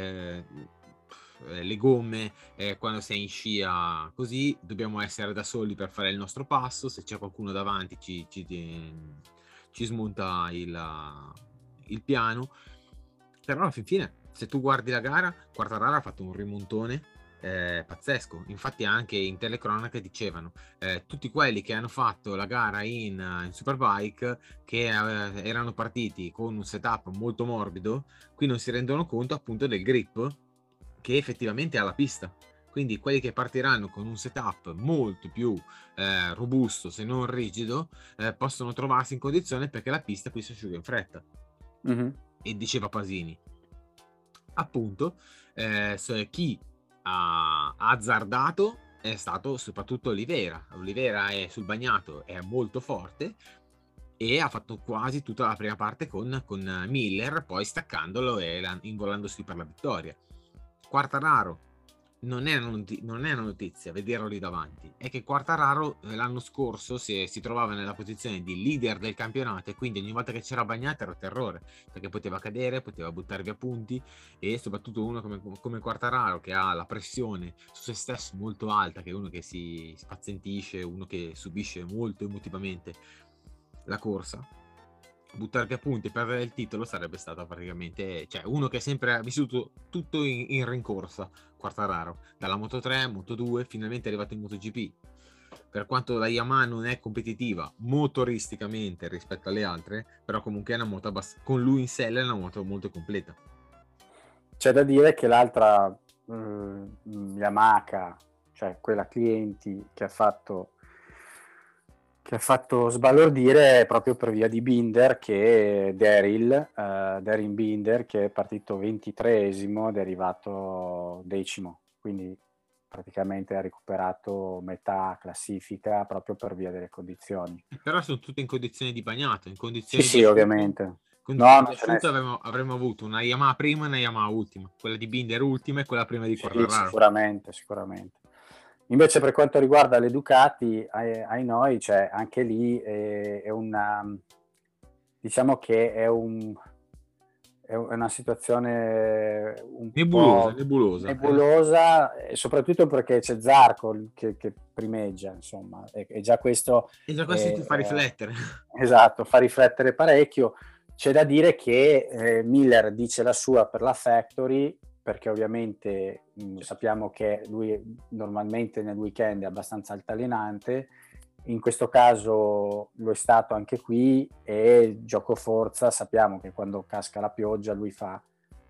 le gomme, quando sei in scia così dobbiamo essere da soli per fare il nostro passo, se c'è qualcuno davanti ci smonta il piano. Però alla fin fine, se tu guardi la gara, Quartararo ha fatto un rimontone pazzesco. Infatti anche in telecronache dicevano tutti quelli che hanno fatto la gara in Superbike, che erano partiti con un setup molto morbido, qui non si rendono conto appunto del grip che effettivamente ha la pista. Quindi quelli che partiranno con un setup molto più robusto, se non rigido, possono trovarsi in condizione, perché la pista qui si asciuga in fretta. E diceva Pasini, appunto, chi ha azzardato è stato soprattutto Oliveira. Oliveira è sul bagnato, è molto forte, e ha fatto quasi tutta la prima parte con Miller, poi staccandolo e involandosi per la vittoria. Quartararo non è una notizia vederlo lì davanti, è che Quartararo l'anno scorso si trovava nella posizione di leader del campionato, e quindi ogni volta che c'era bagnato era terrore, perché poteva cadere, poteva buttare via punti, e soprattutto uno come Quartararo, che ha la pressione su se stesso molto alta, che è uno che si spazientisce, uno che subisce molto emotivamente la corsa, buttare via punti e perdere il titolo sarebbe stato praticamente, cioè, uno che sempre ha vissuto tutto in rincorsa. Quartararo, dalla Moto3, Moto2, finalmente è arrivato in MotoGP. Per quanto la Yamaha non è competitiva motoristicamente rispetto alle altre, però comunque è una moto con lui in sella, è una moto molto completa. C'è da dire che l'altra Yamaha, cioè quella clienti che ha fatto sbalordire proprio per via di Binder, che Darin Binder, che è partito 23esimo ed è arrivato 10º, quindi praticamente ha recuperato metà classifica proprio per via delle condizioni. Però sono tutte in condizioni di bagnato, in Sì, condizioni di sì, asciutto. ovviamente. No, Condizioni di non ce n'è. asciutto avremmo avuto una Yamaha prima e una Yamaha ultima, quella di Binder ultima e quella prima di Sì, Quartararo. sicuramente. Invece per quanto riguarda le Ducati, ai noi, cioè anche lì è una, diciamo che è una situazione un po' Nebulosa. nebulosa, e soprattutto perché c'è Zarco che primeggia, insomma, e già questo E già questo ti fa riflettere. esatto, fa riflettere parecchio. C'è da dire che Miller dice la sua per la Factory, perché ovviamente sappiamo che lui normalmente nel weekend è abbastanza altalenante, in questo caso lo è stato anche qui, e gioco forza, sappiamo che quando casca la pioggia lui fa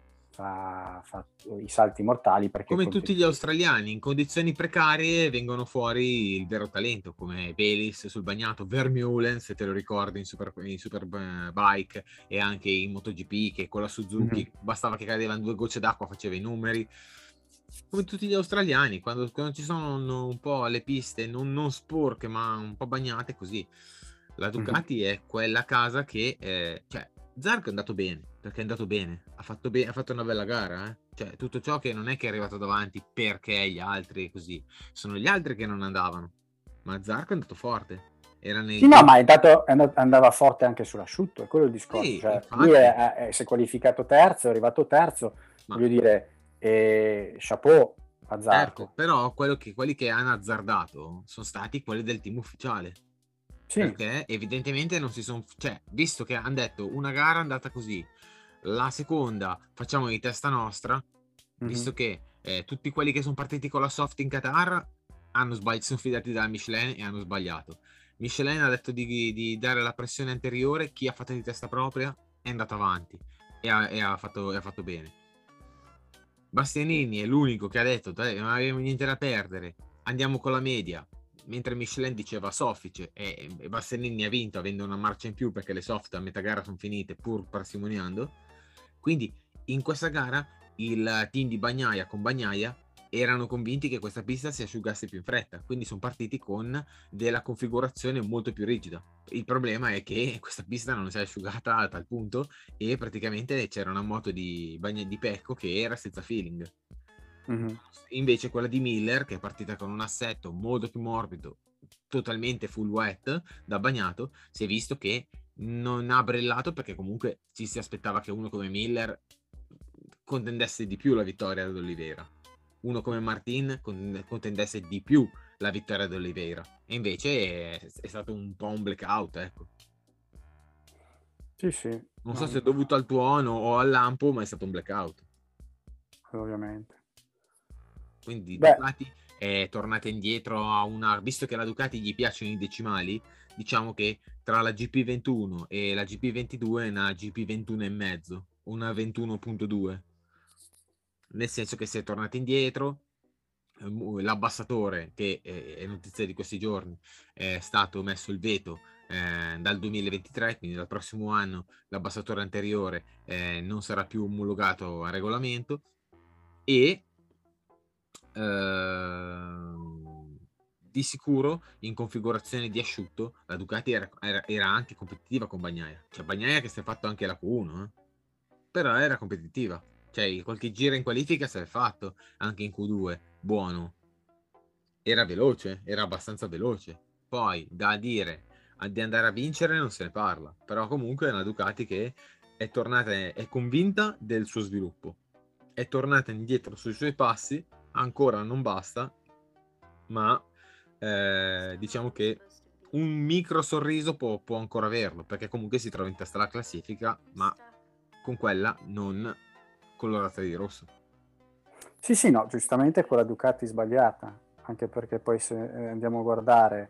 i salti mortali, perché Come tutti gli australiani, in condizioni precarie vengono fuori il vero talento, come Bayliss sul bagnato, Vermeulen, se te lo ricordi, in Superbike, e anche in MotoGP, che con la Suzuki bastava che cadevano 2 gocce d'acqua, faceva i numeri. Come tutti gli australiani, quando ci sono un po' le piste non sporche ma un po' bagnate, così. La Ducati è quella casa che cioè, Zarco è andato bene, perché è andato bene, ha fatto una bella gara, cioè tutto ciò che non è che è arrivato davanti perché gli altri così, sono gli altri che non andavano, ma Zarco è andato forte. Era nei Sì, no, ma andava forte anche sull'asciutto, è quello il discorso. Sì, Cioè, infatti. lui si è qualificato terzo, è arrivato terzo, Ma voglio dire, chapeau a certo, Zarco. però quelli che hanno azzardato sono stati quelli del team ufficiale. Sì. Perché evidentemente non si sono, cioè, visto che hanno detto una gara è andata così, la seconda facciamo di testa nostra, visto che tutti quelli che sono partiti con la soft in Qatar sono fidati dalla Michelin e hanno sbagliato. Michelin ha detto di dare la pressione anteriore, chi ha fatto di testa propria è andato avanti e ha fatto bene. Bastianini è l'unico che ha detto non abbiamo niente da perdere, andiamo con la media, mentre Michelin diceva soffice, e Bastianini ha vinto avendo una marcia in più, perché le soft a metà gara sono finite pur parsimoniando. Quindi in questa gara il team di Bagnaia con Bagnaia erano convinti che questa pista si asciugasse più in fretta, quindi sono partiti con della configurazione molto più rigida. Il problema è che questa pista non si è asciugata a tal punto, e praticamente c'era una moto di Pecco che era senza feeling. Invece quella di Miller, che è partita con un assetto molto più morbido, totalmente full wet da bagnato, si è visto che non ha brillato, perché comunque ci si aspettava che uno come Miller contendesse di più la vittoria ad Oliveira, uno come Martin contendesse di più la vittoria ad Oliveira, e invece è stato un po' un blackout, ecco. Sì, sì. Non so se è dovuto al tuono o al lampo, ma è stato un blackout. Ovviamente. Quindi Beh, Ducati è tornata indietro a una... Visto che alla Ducati gli piacciono i decimali, diciamo che tra la GP21 e la GP22 è una GP21 e mezzo, una 21.2, nel senso che si è tornata indietro. L'abbassatore, che è notizia di questi giorni, è stato messo il veto dal 2023, quindi dal prossimo anno l'abbassatore anteriore non sarà più omologato a regolamento, e di sicuro in configurazione di asciutto la Ducati era anche competitiva con Bagnaia, cioè Bagnaia che si è fatto anche la Q1, però era competitiva, cioè qualche giro in qualifica si è fatto anche in Q2 buono, era veloce, era abbastanza veloce. Poi da dire di andare a vincere non se ne parla, però comunque è una Ducati che è tornata, è convinta del suo sviluppo, è tornata indietro sui suoi passi, ancora non basta, ma diciamo che un micro sorriso può ancora averlo, perché comunque si trova in testa alla classifica, ma con quella non colorata di rosso. sì, sì, no, giustamente quella Ducati sbagliata, anche perché poi se andiamo a guardare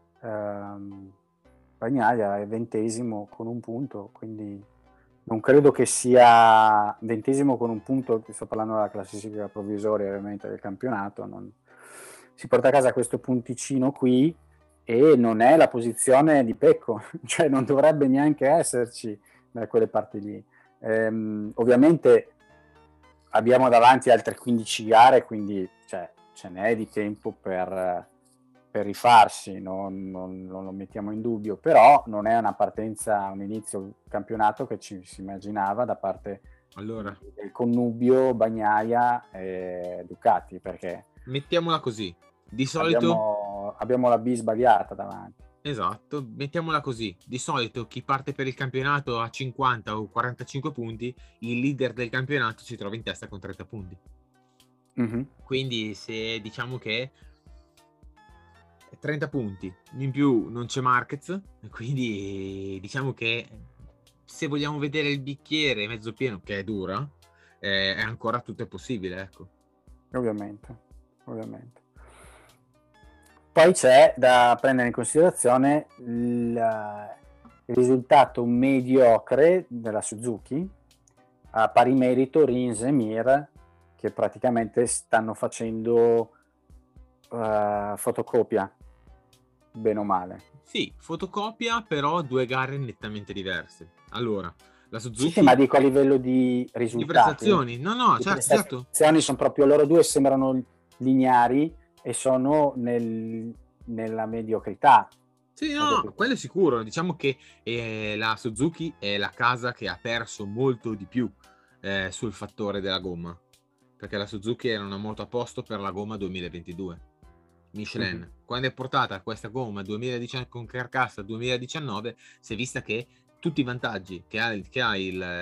Bagnaia è 20° con un punto, quindi non credo che sia 20° con un punto, sto parlando della classifica provvisoria ovviamente del campionato, si porta a casa questo punticino qui e non è la posizione di Pecco, cioè non dovrebbe neanche esserci da quelle parti lì. Ovviamente abbiamo davanti altre 15 gare, quindi cioè, ce n'è di tempo per rifarsi, non lo mettiamo in dubbio, però non è una partenza, un inizio campionato che ci si immaginava da parte Allora, del connubio Bagnaia e Ducati, perché mettiamola così. Di solito, abbiamo la B sbagliata davanti. esatto, mettiamola così. Di solito chi parte per il campionato a 50 o 45 punti, il leader del campionato si trova in testa con 30 punti. Mm-hmm. Quindi se diciamo che 30 punti in più non c'è Marquez, quindi diciamo che se vogliamo vedere il bicchiere mezzo pieno, che è dura, è ancora tutto è possibile, ecco. Ovviamente. Poi c'è da prendere in considerazione il risultato mediocre della Suzuki, a pari merito Rins e Mir, che praticamente stanno facendo fotocopia, bene o male. Sì, fotocopia, però due gare nettamente diverse. Allora, la Sì, sì, ma Suzuki dico a livello di di risultati. prestazioni, no, no, Le certo, certo. prestazioni sono proprio loro due, sembrano lineari e sono nella mediocrità. Sì, no, quello è sicuro. Diciamo che la Suzuki è la casa che ha perso molto di più sul fattore della gomma, perché la Suzuki era una moto a posto per la gomma 2022. Michelin, quando è portata questa gomma 2019 con carcassa 2019, si è vista che tutti i vantaggi che ha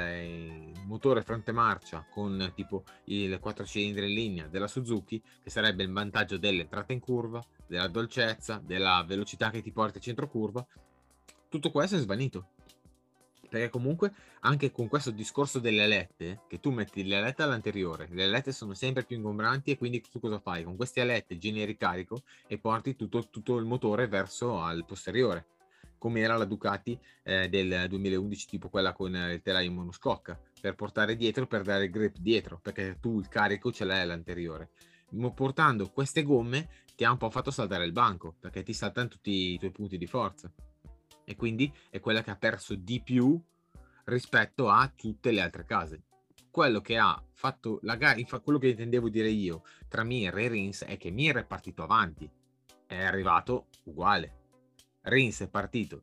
il motore fronte marcia con tipo il 4 cilindri in linea della Suzuki, che sarebbe il vantaggio dell'entrata in curva, della dolcezza, della velocità che ti porta a centro curva, tutto questo è svanito. Perché comunque anche con questo discorso delle alette, che tu metti le alette all'anteriore, le alette sono sempre più ingombranti e quindi tu cosa fai? Con queste alette generi carico e porti tutto il motore verso al posteriore, come era la Ducati del 2011, tipo quella con il telaio monoscocca, per portare dietro, per dare grip dietro, perché tu il carico ce l'hai all'anteriore. Portando queste gomme ti ha un po' fatto saltare il banco, perché ti saltano tutti i tuoi punti di forza. E quindi è quella che ha perso di più rispetto a tutte le altre case. Quello che ha fatto la gara, quello che intendevo dire io tra Mir e Rins è che Mir è partito avanti, è arrivato uguale. Rins è partito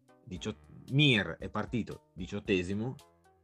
Mir è partito 18°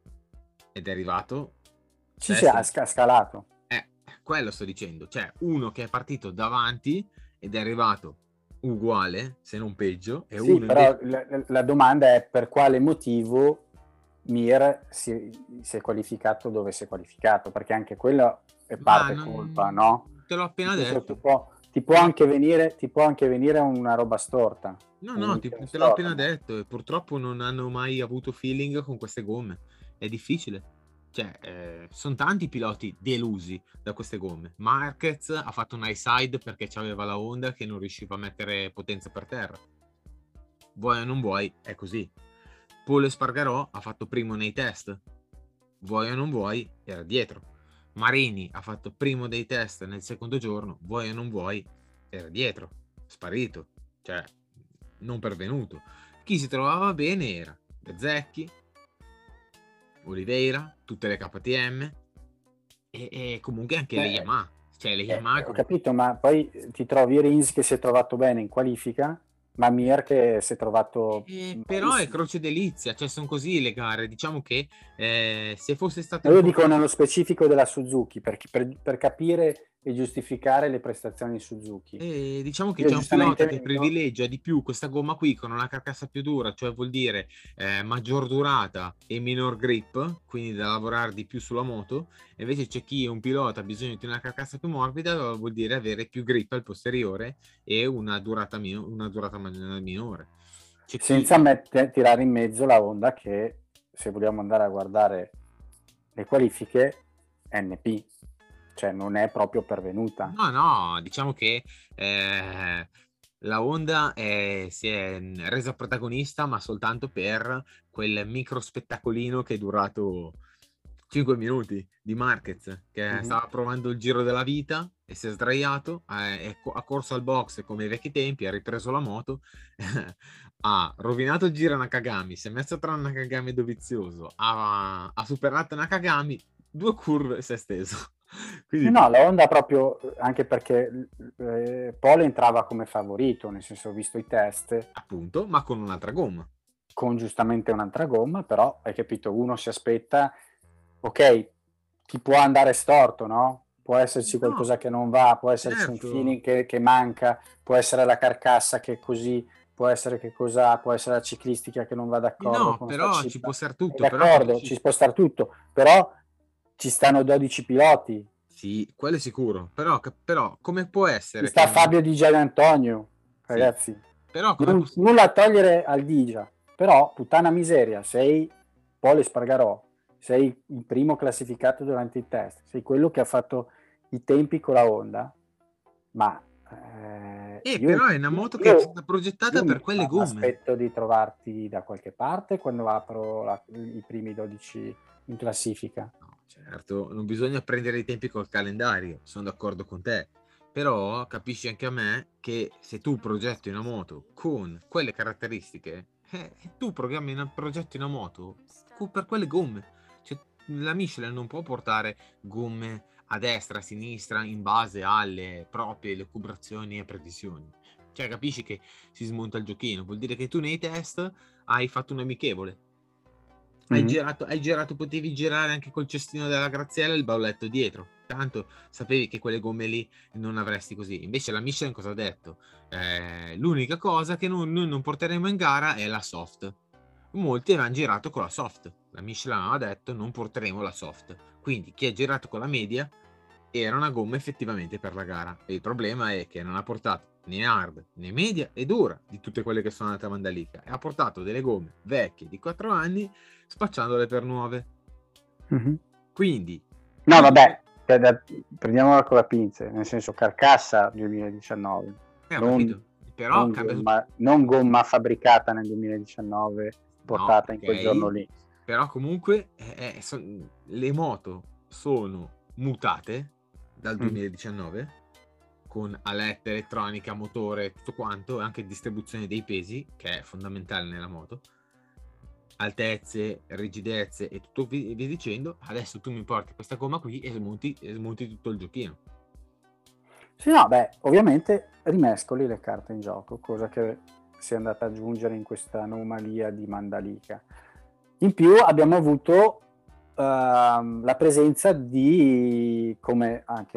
ed è arrivato Sì, sì, ha scalato. Quello sto dicendo, cioè uno che è partito davanti ed è arrivato uguale, se non peggio, e Sì, uno però invece... la domanda è per quale motivo Mir si è qualificato dove si è qualificato, perché anche quello è Ma parte colpa, no? non te l'ho appena Nel senso, detto. ti può anche venire una roba storta, No, un no, bicchiere te l'ho storto, appena ma detto e purtroppo non hanno mai avuto feeling con queste gomme. È difficile. Cioè, sono tanti piloti delusi da queste gomme. Marquez ha fatto un high side perché c'aveva la Honda che non riusciva a mettere potenza per terra. Vuoi o non vuoi, è così. Paul Espargarò ha fatto primo nei test. Vuoi o non vuoi, era dietro. Marini ha fatto primo dei test nel secondo giorno. Vuoi o non vuoi, era dietro. Sparito. Cioè, non pervenuto. Chi si trovava bene era Bezzecchi, Oliveira, tutte le KTM e comunque anche le Yamaha. Cioè, le Yamaha Ho capito, ma poi ti trovi Rins che si è trovato bene in qualifica, ma Mir che si è trovato però è malissimo. croce delizia, cioè sono così le gare. Diciamo che se fosse stato Io un po' dico più... nello specifico della Suzuki, per capire e giustificare le prestazioni di Suzuki. diciamo che Io c'è un pilota giustamente che vedo, privilegia di più questa gomma qui con una carcassa più dura, cioè vuol dire maggior durata e minor grip, quindi da lavorare di più sulla moto. E invece c'è chi è un pilota ha bisogno di una carcassa più morbida, vuol dire avere più grip al posteriore e una durata minore. C'è chi... senza tirare in mezzo la Honda che, se vogliamo andare a guardare le qualifiche, NP, cioè non è proprio pervenuta. No, diciamo che la Honda si è resa protagonista, ma soltanto per quel micro spettacolino che è durato 5 minuti di Marquez, che Mhm. stava provando il giro della vita e si è sdraiato, ha corso al box come ai vecchi tempi, ha ripreso la moto, ha rovinato il giro a Nakagami, si è messo tra Nakagami e Dovizioso, ha superato Nakagami, 2 curve e si è steso. Sì, Quindi no, la Honda proprio, anche perché Pole entrava come favorito, nel senso, ho visto i test, appunto, ma con un'altra gomma. con giustamente un'altra gomma, però hai capito, uno si aspetta, ok, ti può andare storto, no? Può esserci No, qualcosa che non va, può esserci un certo. feeling che manca, può essere la carcassa che è così, può essere che cosa, può essere la ciclistica che non va d'accordo No, con sta però ci può chip. stare È tutto, però d'accordo, capisci? ci può stare tutto, però ci stanno 12 piloti. Sì, quello è sicuro. Però come può Ci essere che sta una... Fabio Di Gianantonio, Sì, ragazzi. però come Nulla a togliere al Digia, però puttana miseria, sei Pole Spargarò, sei il primo classificato durante i test, sei quello che ha fatto i tempi con la Honda, ma però è una moto che è io, stata progettata io per mi quelle gomme. aspetto di trovarti da qualche parte quando apro i primi 12 in classifica. No, certo, non bisogna prendere i tempi col calendario, sono d'accordo con te. Però capisci anche a me che se tu progetti una moto con quelle caratteristiche, tu progetti una moto per quelle gomme. Cioè, la Michelin non può portare gomme a destra, a sinistra, in base alle proprie lucubrazioni e previsioni. Cioè, capisci che si smonta il giochino. Vuol dire che tu nei test hai fatto un amichevole. Mhm. Hai girato, potevi girare anche col cestino della Graziella e il bauletto dietro. Tanto sapevi che quelle gomme lì non avresti così. Invece la Michelin cosa ha detto? L'unica cosa che noi non porteremo in gara è la soft. Molti avevano girato con la soft. La Michelin aveva detto non porteremo la soft. Quindi chi ha girato con la media era una gomma effettivamente per la gara. E il problema è che non ha portato né hard né media e dura di tutte quelle che sono andate a Mandalika. E ha portato delle gomme vecchie di 4 anni spacciandole per nuove. Mhm. Quindi, No, l'unico... vabbè, prendiamola con la pinze, nel senso carcassa 2019, Ho non, capito, però cambia tutto. non gomma fabbricata nel 2019 No, portata in quel giorno ok, lì. però comunque le moto sono mutate dal Mm. 2019 con aletta elettronica, motore, tutto quanto, anche distribuzione dei pesi, che è fondamentale nella moto, altezze, rigidezze e tutto via dicendo. Adesso tu mi porti questa gomma qui e smonti tutto il giochino. Sì, no, beh, ovviamente rimescoli le carte in gioco, cosa che si è andata ad aggiungere in questa anomalia di Mandalika. In più abbiamo avuto la presenza di, come anche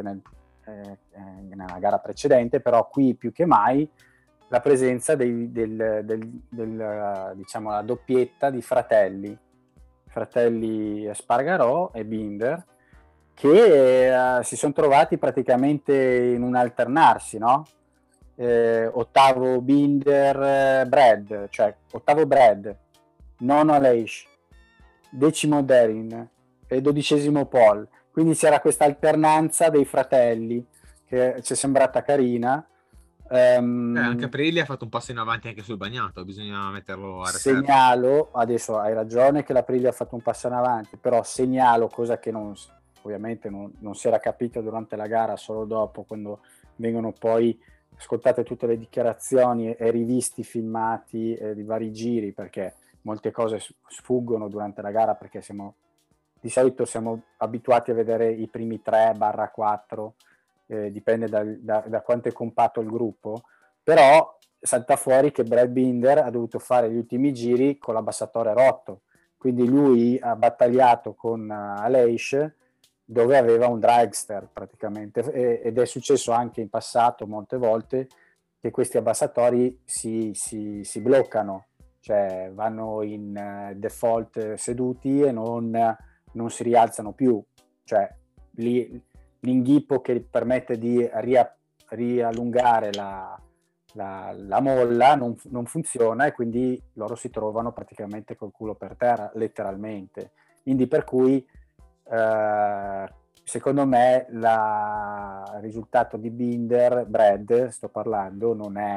nella gara precedente, però qui più che mai, la presenza diciamo, la doppietta di fratelli Espargarò e Binder, che si sono trovati praticamente in un alternarsi, no? Ottavo Binder, ottavo Brad, nono Aleix, decimo Derin, e 12° Paul. Quindi c'era questa alternanza dei fratelli che ci è sembrata carina. Anche Aprilia ha fatto un passo in avanti anche sul bagnato, bisogna metterlo a referto. Segnalo, adesso hai ragione che l'Aprilia ha fatto un passo in avanti, però segnalo, cosa che ovviamente non si era capito durante la gara, solo dopo, quando vengono poi ascoltate tutte le dichiarazioni e rivisti i filmati di vari giri, perché molte cose sfuggono durante la gara, perché di solito siamo abituati a vedere i primi 3/4, dipende da quanto è compatto il gruppo, però salta fuori che Brad Binder ha dovuto fare gli ultimi giri con l'abbassatore rotto, quindi lui ha battagliato con Aleix dove aveva un dragster praticamente, ed è successo anche in passato molte volte che questi abbassatori si bloccano, cioè vanno in default seduti e non si rialzano più, cioè l'inghippo che permette di riallungare la molla non funziona, e quindi loro si trovano praticamente col culo per terra, letteralmente. Quindi per cui secondo me il risultato di Brad sto parlando,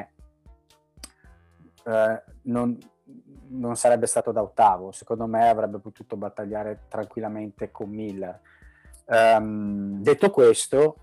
non sarebbe stato da ottavo. Secondo me avrebbe potuto battagliare tranquillamente con Miller. Detto questo,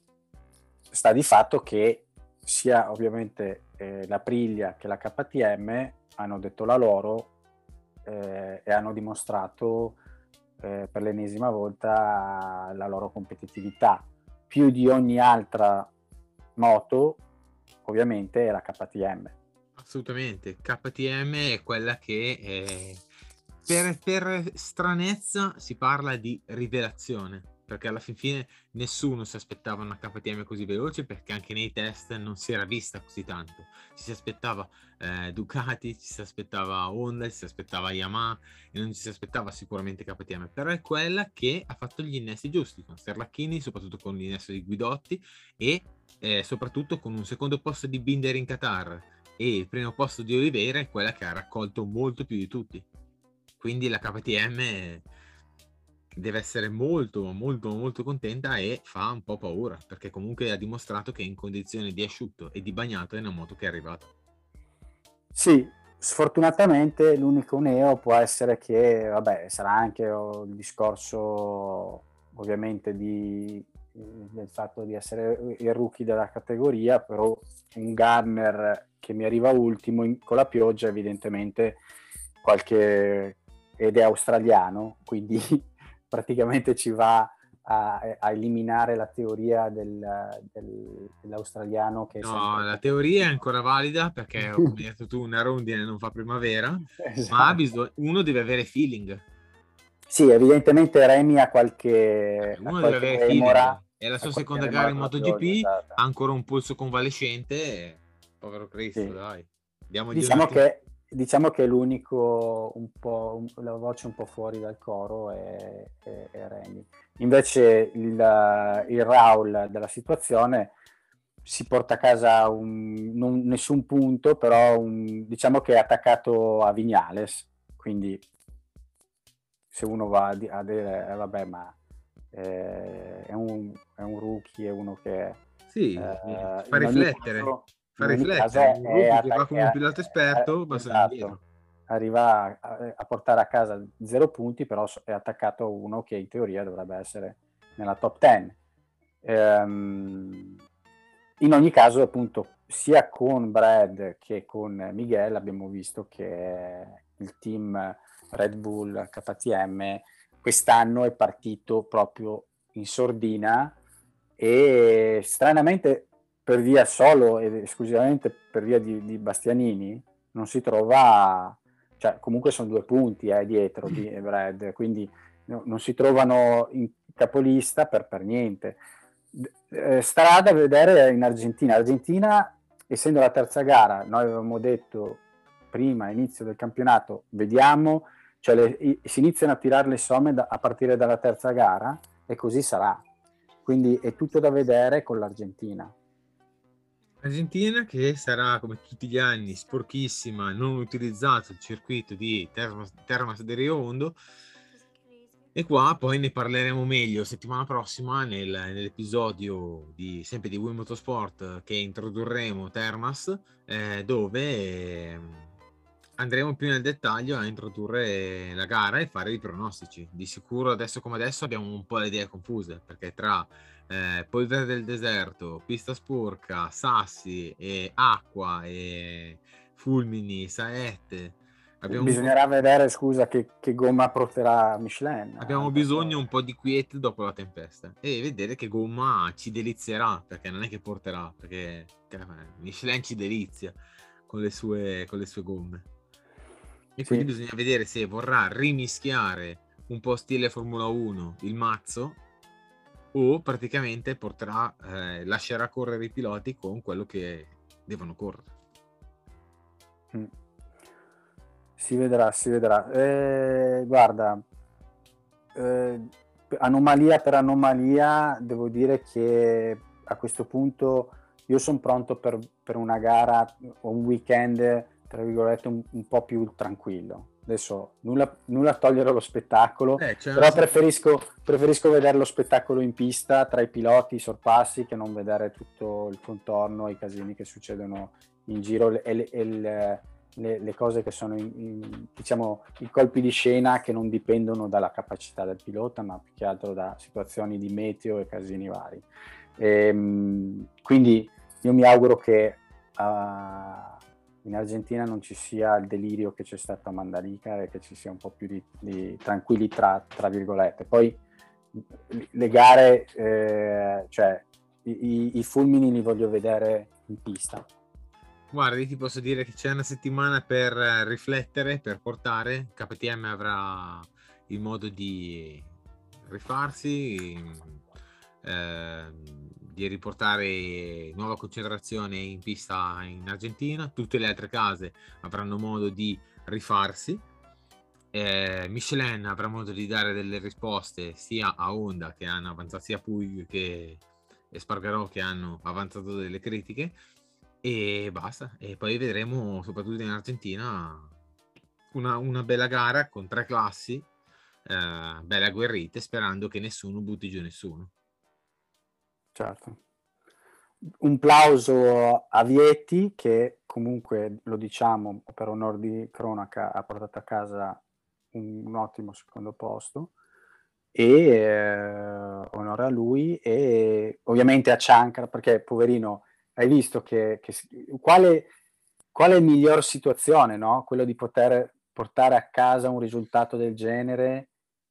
sta di fatto che sia ovviamente l'Aprilia che la KTM hanno detto la loro, e hanno dimostrato per l'ennesima volta la loro competitività. Più di ogni altra moto, ovviamente, è la KTM. Assolutamente, KTM è quella che per stranezza si parla di rivelazione, perché alla fine nessuno si aspettava una KTM così veloce, perché anche nei test non si era vista così tanto. Ci si aspettava Ducati, ci si aspettava Honda, ci si aspettava Yamaha e non ci si aspettava sicuramente KTM, però è quella che ha fatto gli innesti giusti con Sterlacchini, soprattutto con l'innesto di Guidotti e soprattutto con un secondo posto di Binder in Qatar e il primo posto di Oliveira è quella che ha raccolto molto più di tutti. Quindi la KTM deve essere molto molto molto contenta e fa un po' paura, perché comunque ha dimostrato che in condizioni di asciutto e di bagnato è una moto che è arrivata. Sì, sfortunatamente l'unico neo può essere che, vabbè, sarà anche il discorso ovviamente del fatto di essere il rookie della categoria, però un Gunner che mi arriva ultimo con la pioggia evidentemente ed è australiano, quindi praticamente ci va a eliminare la teoria dell'australiano che è No, sempre la teoria è competitivo. ancora valida perché, come hai detto tu, una rondine non fa primavera, ma Esatto. uno deve avere feeling. Sì, evidentemente Remy ha qualche, Uno deve avere remora, feeling. È la ha sua qualche seconda gara remora in con la pioggia, MotoGP, esatto. ha ancora un polso convalescente. Povero Cristo, Sì. dai. Diamogli un Diciamo attimo. che l'unico la voce un po' fuori dal coro è Remy. Invece il Raul della situazione si porta a casa nessun punto, però diciamo che è attaccato a Vignales, quindi se uno va a dire vabbè, ma è un rookie, è uno che Sì, fa in ogni riflettere. caso, Fa riflettere. Un rookie che va come un pilota esperto va solo esatto, indietro. arriva a portare a casa 0 punti, però è attaccato a uno che in teoria dovrebbe essere nella top 10. In ogni caso, appunto, sia con Brad che con Miguel abbiamo visto che il team Red Bull KTM quest'anno è partito proprio in sordina, e stranamente per via solo ed esclusivamente per via di Bastianini non si trova, cioè comunque sono 2 punti dietro Brad, quindi non si trovano in capolista per niente. Strada a vedere in Argentina. Argentina, essendo la terza gara, noi avevamo detto prima, inizio del campionato, vediamo, cioè si iniziano a tirare le somme a partire dalla terza gara, e così sarà. Quindi è tutto da vedere con l'Argentina. Argentina che sarà come tutti gli anni sporchissima, non utilizzato il circuito di Termas de Rio Hondo, E qua poi ne parleremo meglio settimana prossima nell'episodio sempre di Wii Motorsport che introdurremo Termas, dove andremo più nel dettaglio a introdurre la gara e fare i pronostici. Di sicuro adesso come adesso abbiamo un po' le idee confuse, perché tra polvere del deserto, pista sporca, sassi, e acqua e fulmini, saette, abbiamo un po'... Bisognerà vedere, scusa, che gomma porterà Michelin, Abbiamo altra bisogno cosa. un po' di quiete dopo la tempesta e vedere che gomma ci delizierà, perché non è che porterà, perché Michelin ci delizia con le sue gomme. E quindi Sì, bisogna vedere se vorrà rimischiare un po' stile Formula 1 il mazzo o praticamente lascerà correre i piloti con quello che devono correre. mm. Si vedrà, si vedrà. Guarda, eh, anomalia per anomalia, devo dire che a questo punto io sono pronto per una gara o un weekend, tra virgolette, un po' più tranquillo. Adesso nulla a togliere allo spettacolo, C'è una però settimana. preferisco vedere lo spettacolo in pista tra i piloti, i sorpassi, che non vedere tutto il contorno, i casini che succedono in giro le cose che sono diciamo, i colpi di scena che non dipendono dalla capacità del pilota, ma più che altro da situazioni di meteo e casini vari. Quindi io mi auguro che in Argentina non ci sia il delirio che c'è stato a Mandalika e che ci sia un po' più di tranquilli tra virgolette. Poi le gare, cioè i fulmini li voglio vedere in pista. Guarda, io ti posso dire che c'è una settimana per riflettere, per portare. KTM avrà il modo di rifarsi, di riportare nuova concentrazione in pista in Argentina. Tutte le altre case avranno modo di rifarsi. Michelin avrà modo di dare delle risposte sia a Honda che hanno avanzato, sia Puig che Espargarò che hanno avanzato delle critiche e basta. E poi vedremo, soprattutto in Argentina, una bella gara con 3 classi, belle agguerrite, sperando che nessuno butti giù nessuno. Certo. Un plauso a Vietti che comunque, lo diciamo per onor di cronaca, ha portato a casa un ottimo secondo posto e onore a lui e ovviamente a Ciancra perché poverino hai visto quale miglior situazione, no? Quello di poter portare a casa un risultato del genere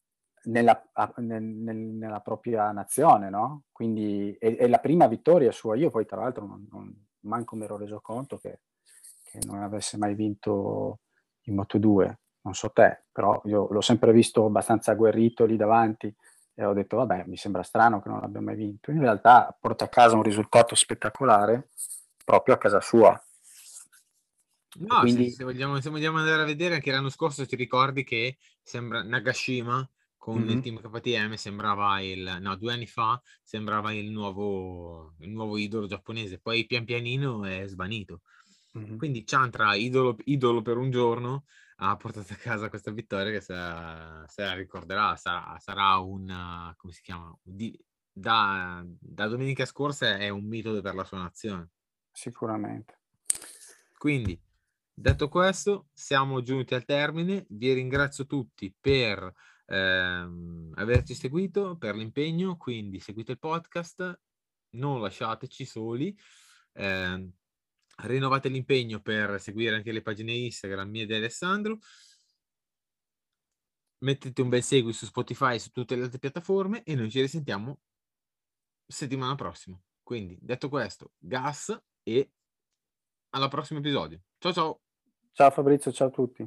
nella propria nazione, no? Quindi è la prima vittoria sua. Io poi tra l'altro non manco mi ero reso conto che non avesse mai vinto in Moto2, non so te, però io l'ho sempre visto abbastanza agguerrito lì davanti e ho detto vabbè, mi sembra strano che non l'abbia mai vinto. In realtà porta a casa un risultato spettacolare proprio a casa sua. E No, quindi se vogliamo andare a vedere, anche l'anno scorso ti ricordi che sembra Nagashima con il mm-hmm. team KTM sembrava no, 2 anni fa sembrava il nuovo idolo giapponese, poi pian pianino è svanito. Mm-hmm. Quindi Chantra, idolo per un giorno, ha portato a casa questa vittoria che se la ricorderà, sarà un, come si chiama? Da domenica scorsa è un mito per la sua nazione. Sicuramente. Quindi, detto questo, siamo giunti al termine. Vi ringrazio tutti per averci seguito, per l'impegno. Quindi seguite il podcast, non lasciateci soli. ehm, Rinnovate l'impegno per seguire anche le pagine Instagram mie e di Alessandro. Mettete un bel segui su Spotify e su tutte le altre piattaforme e noi ci risentiamo settimana prossima. Quindi, detto questo, gas e al prossimo episodio. Ciao ciao! Ciao Fabrizio, ciao a tutti.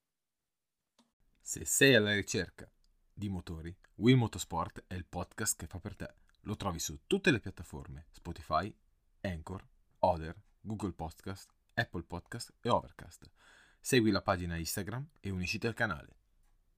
Se sei alla ricerca di motori, Wii Motorsport è il podcast che fa per te. Lo trovi su tutte le piattaforme: Spotify, Anchor, Other, Google Podcast, Apple Podcast e Overcast. Segui la pagina Instagram e unisciti al canale.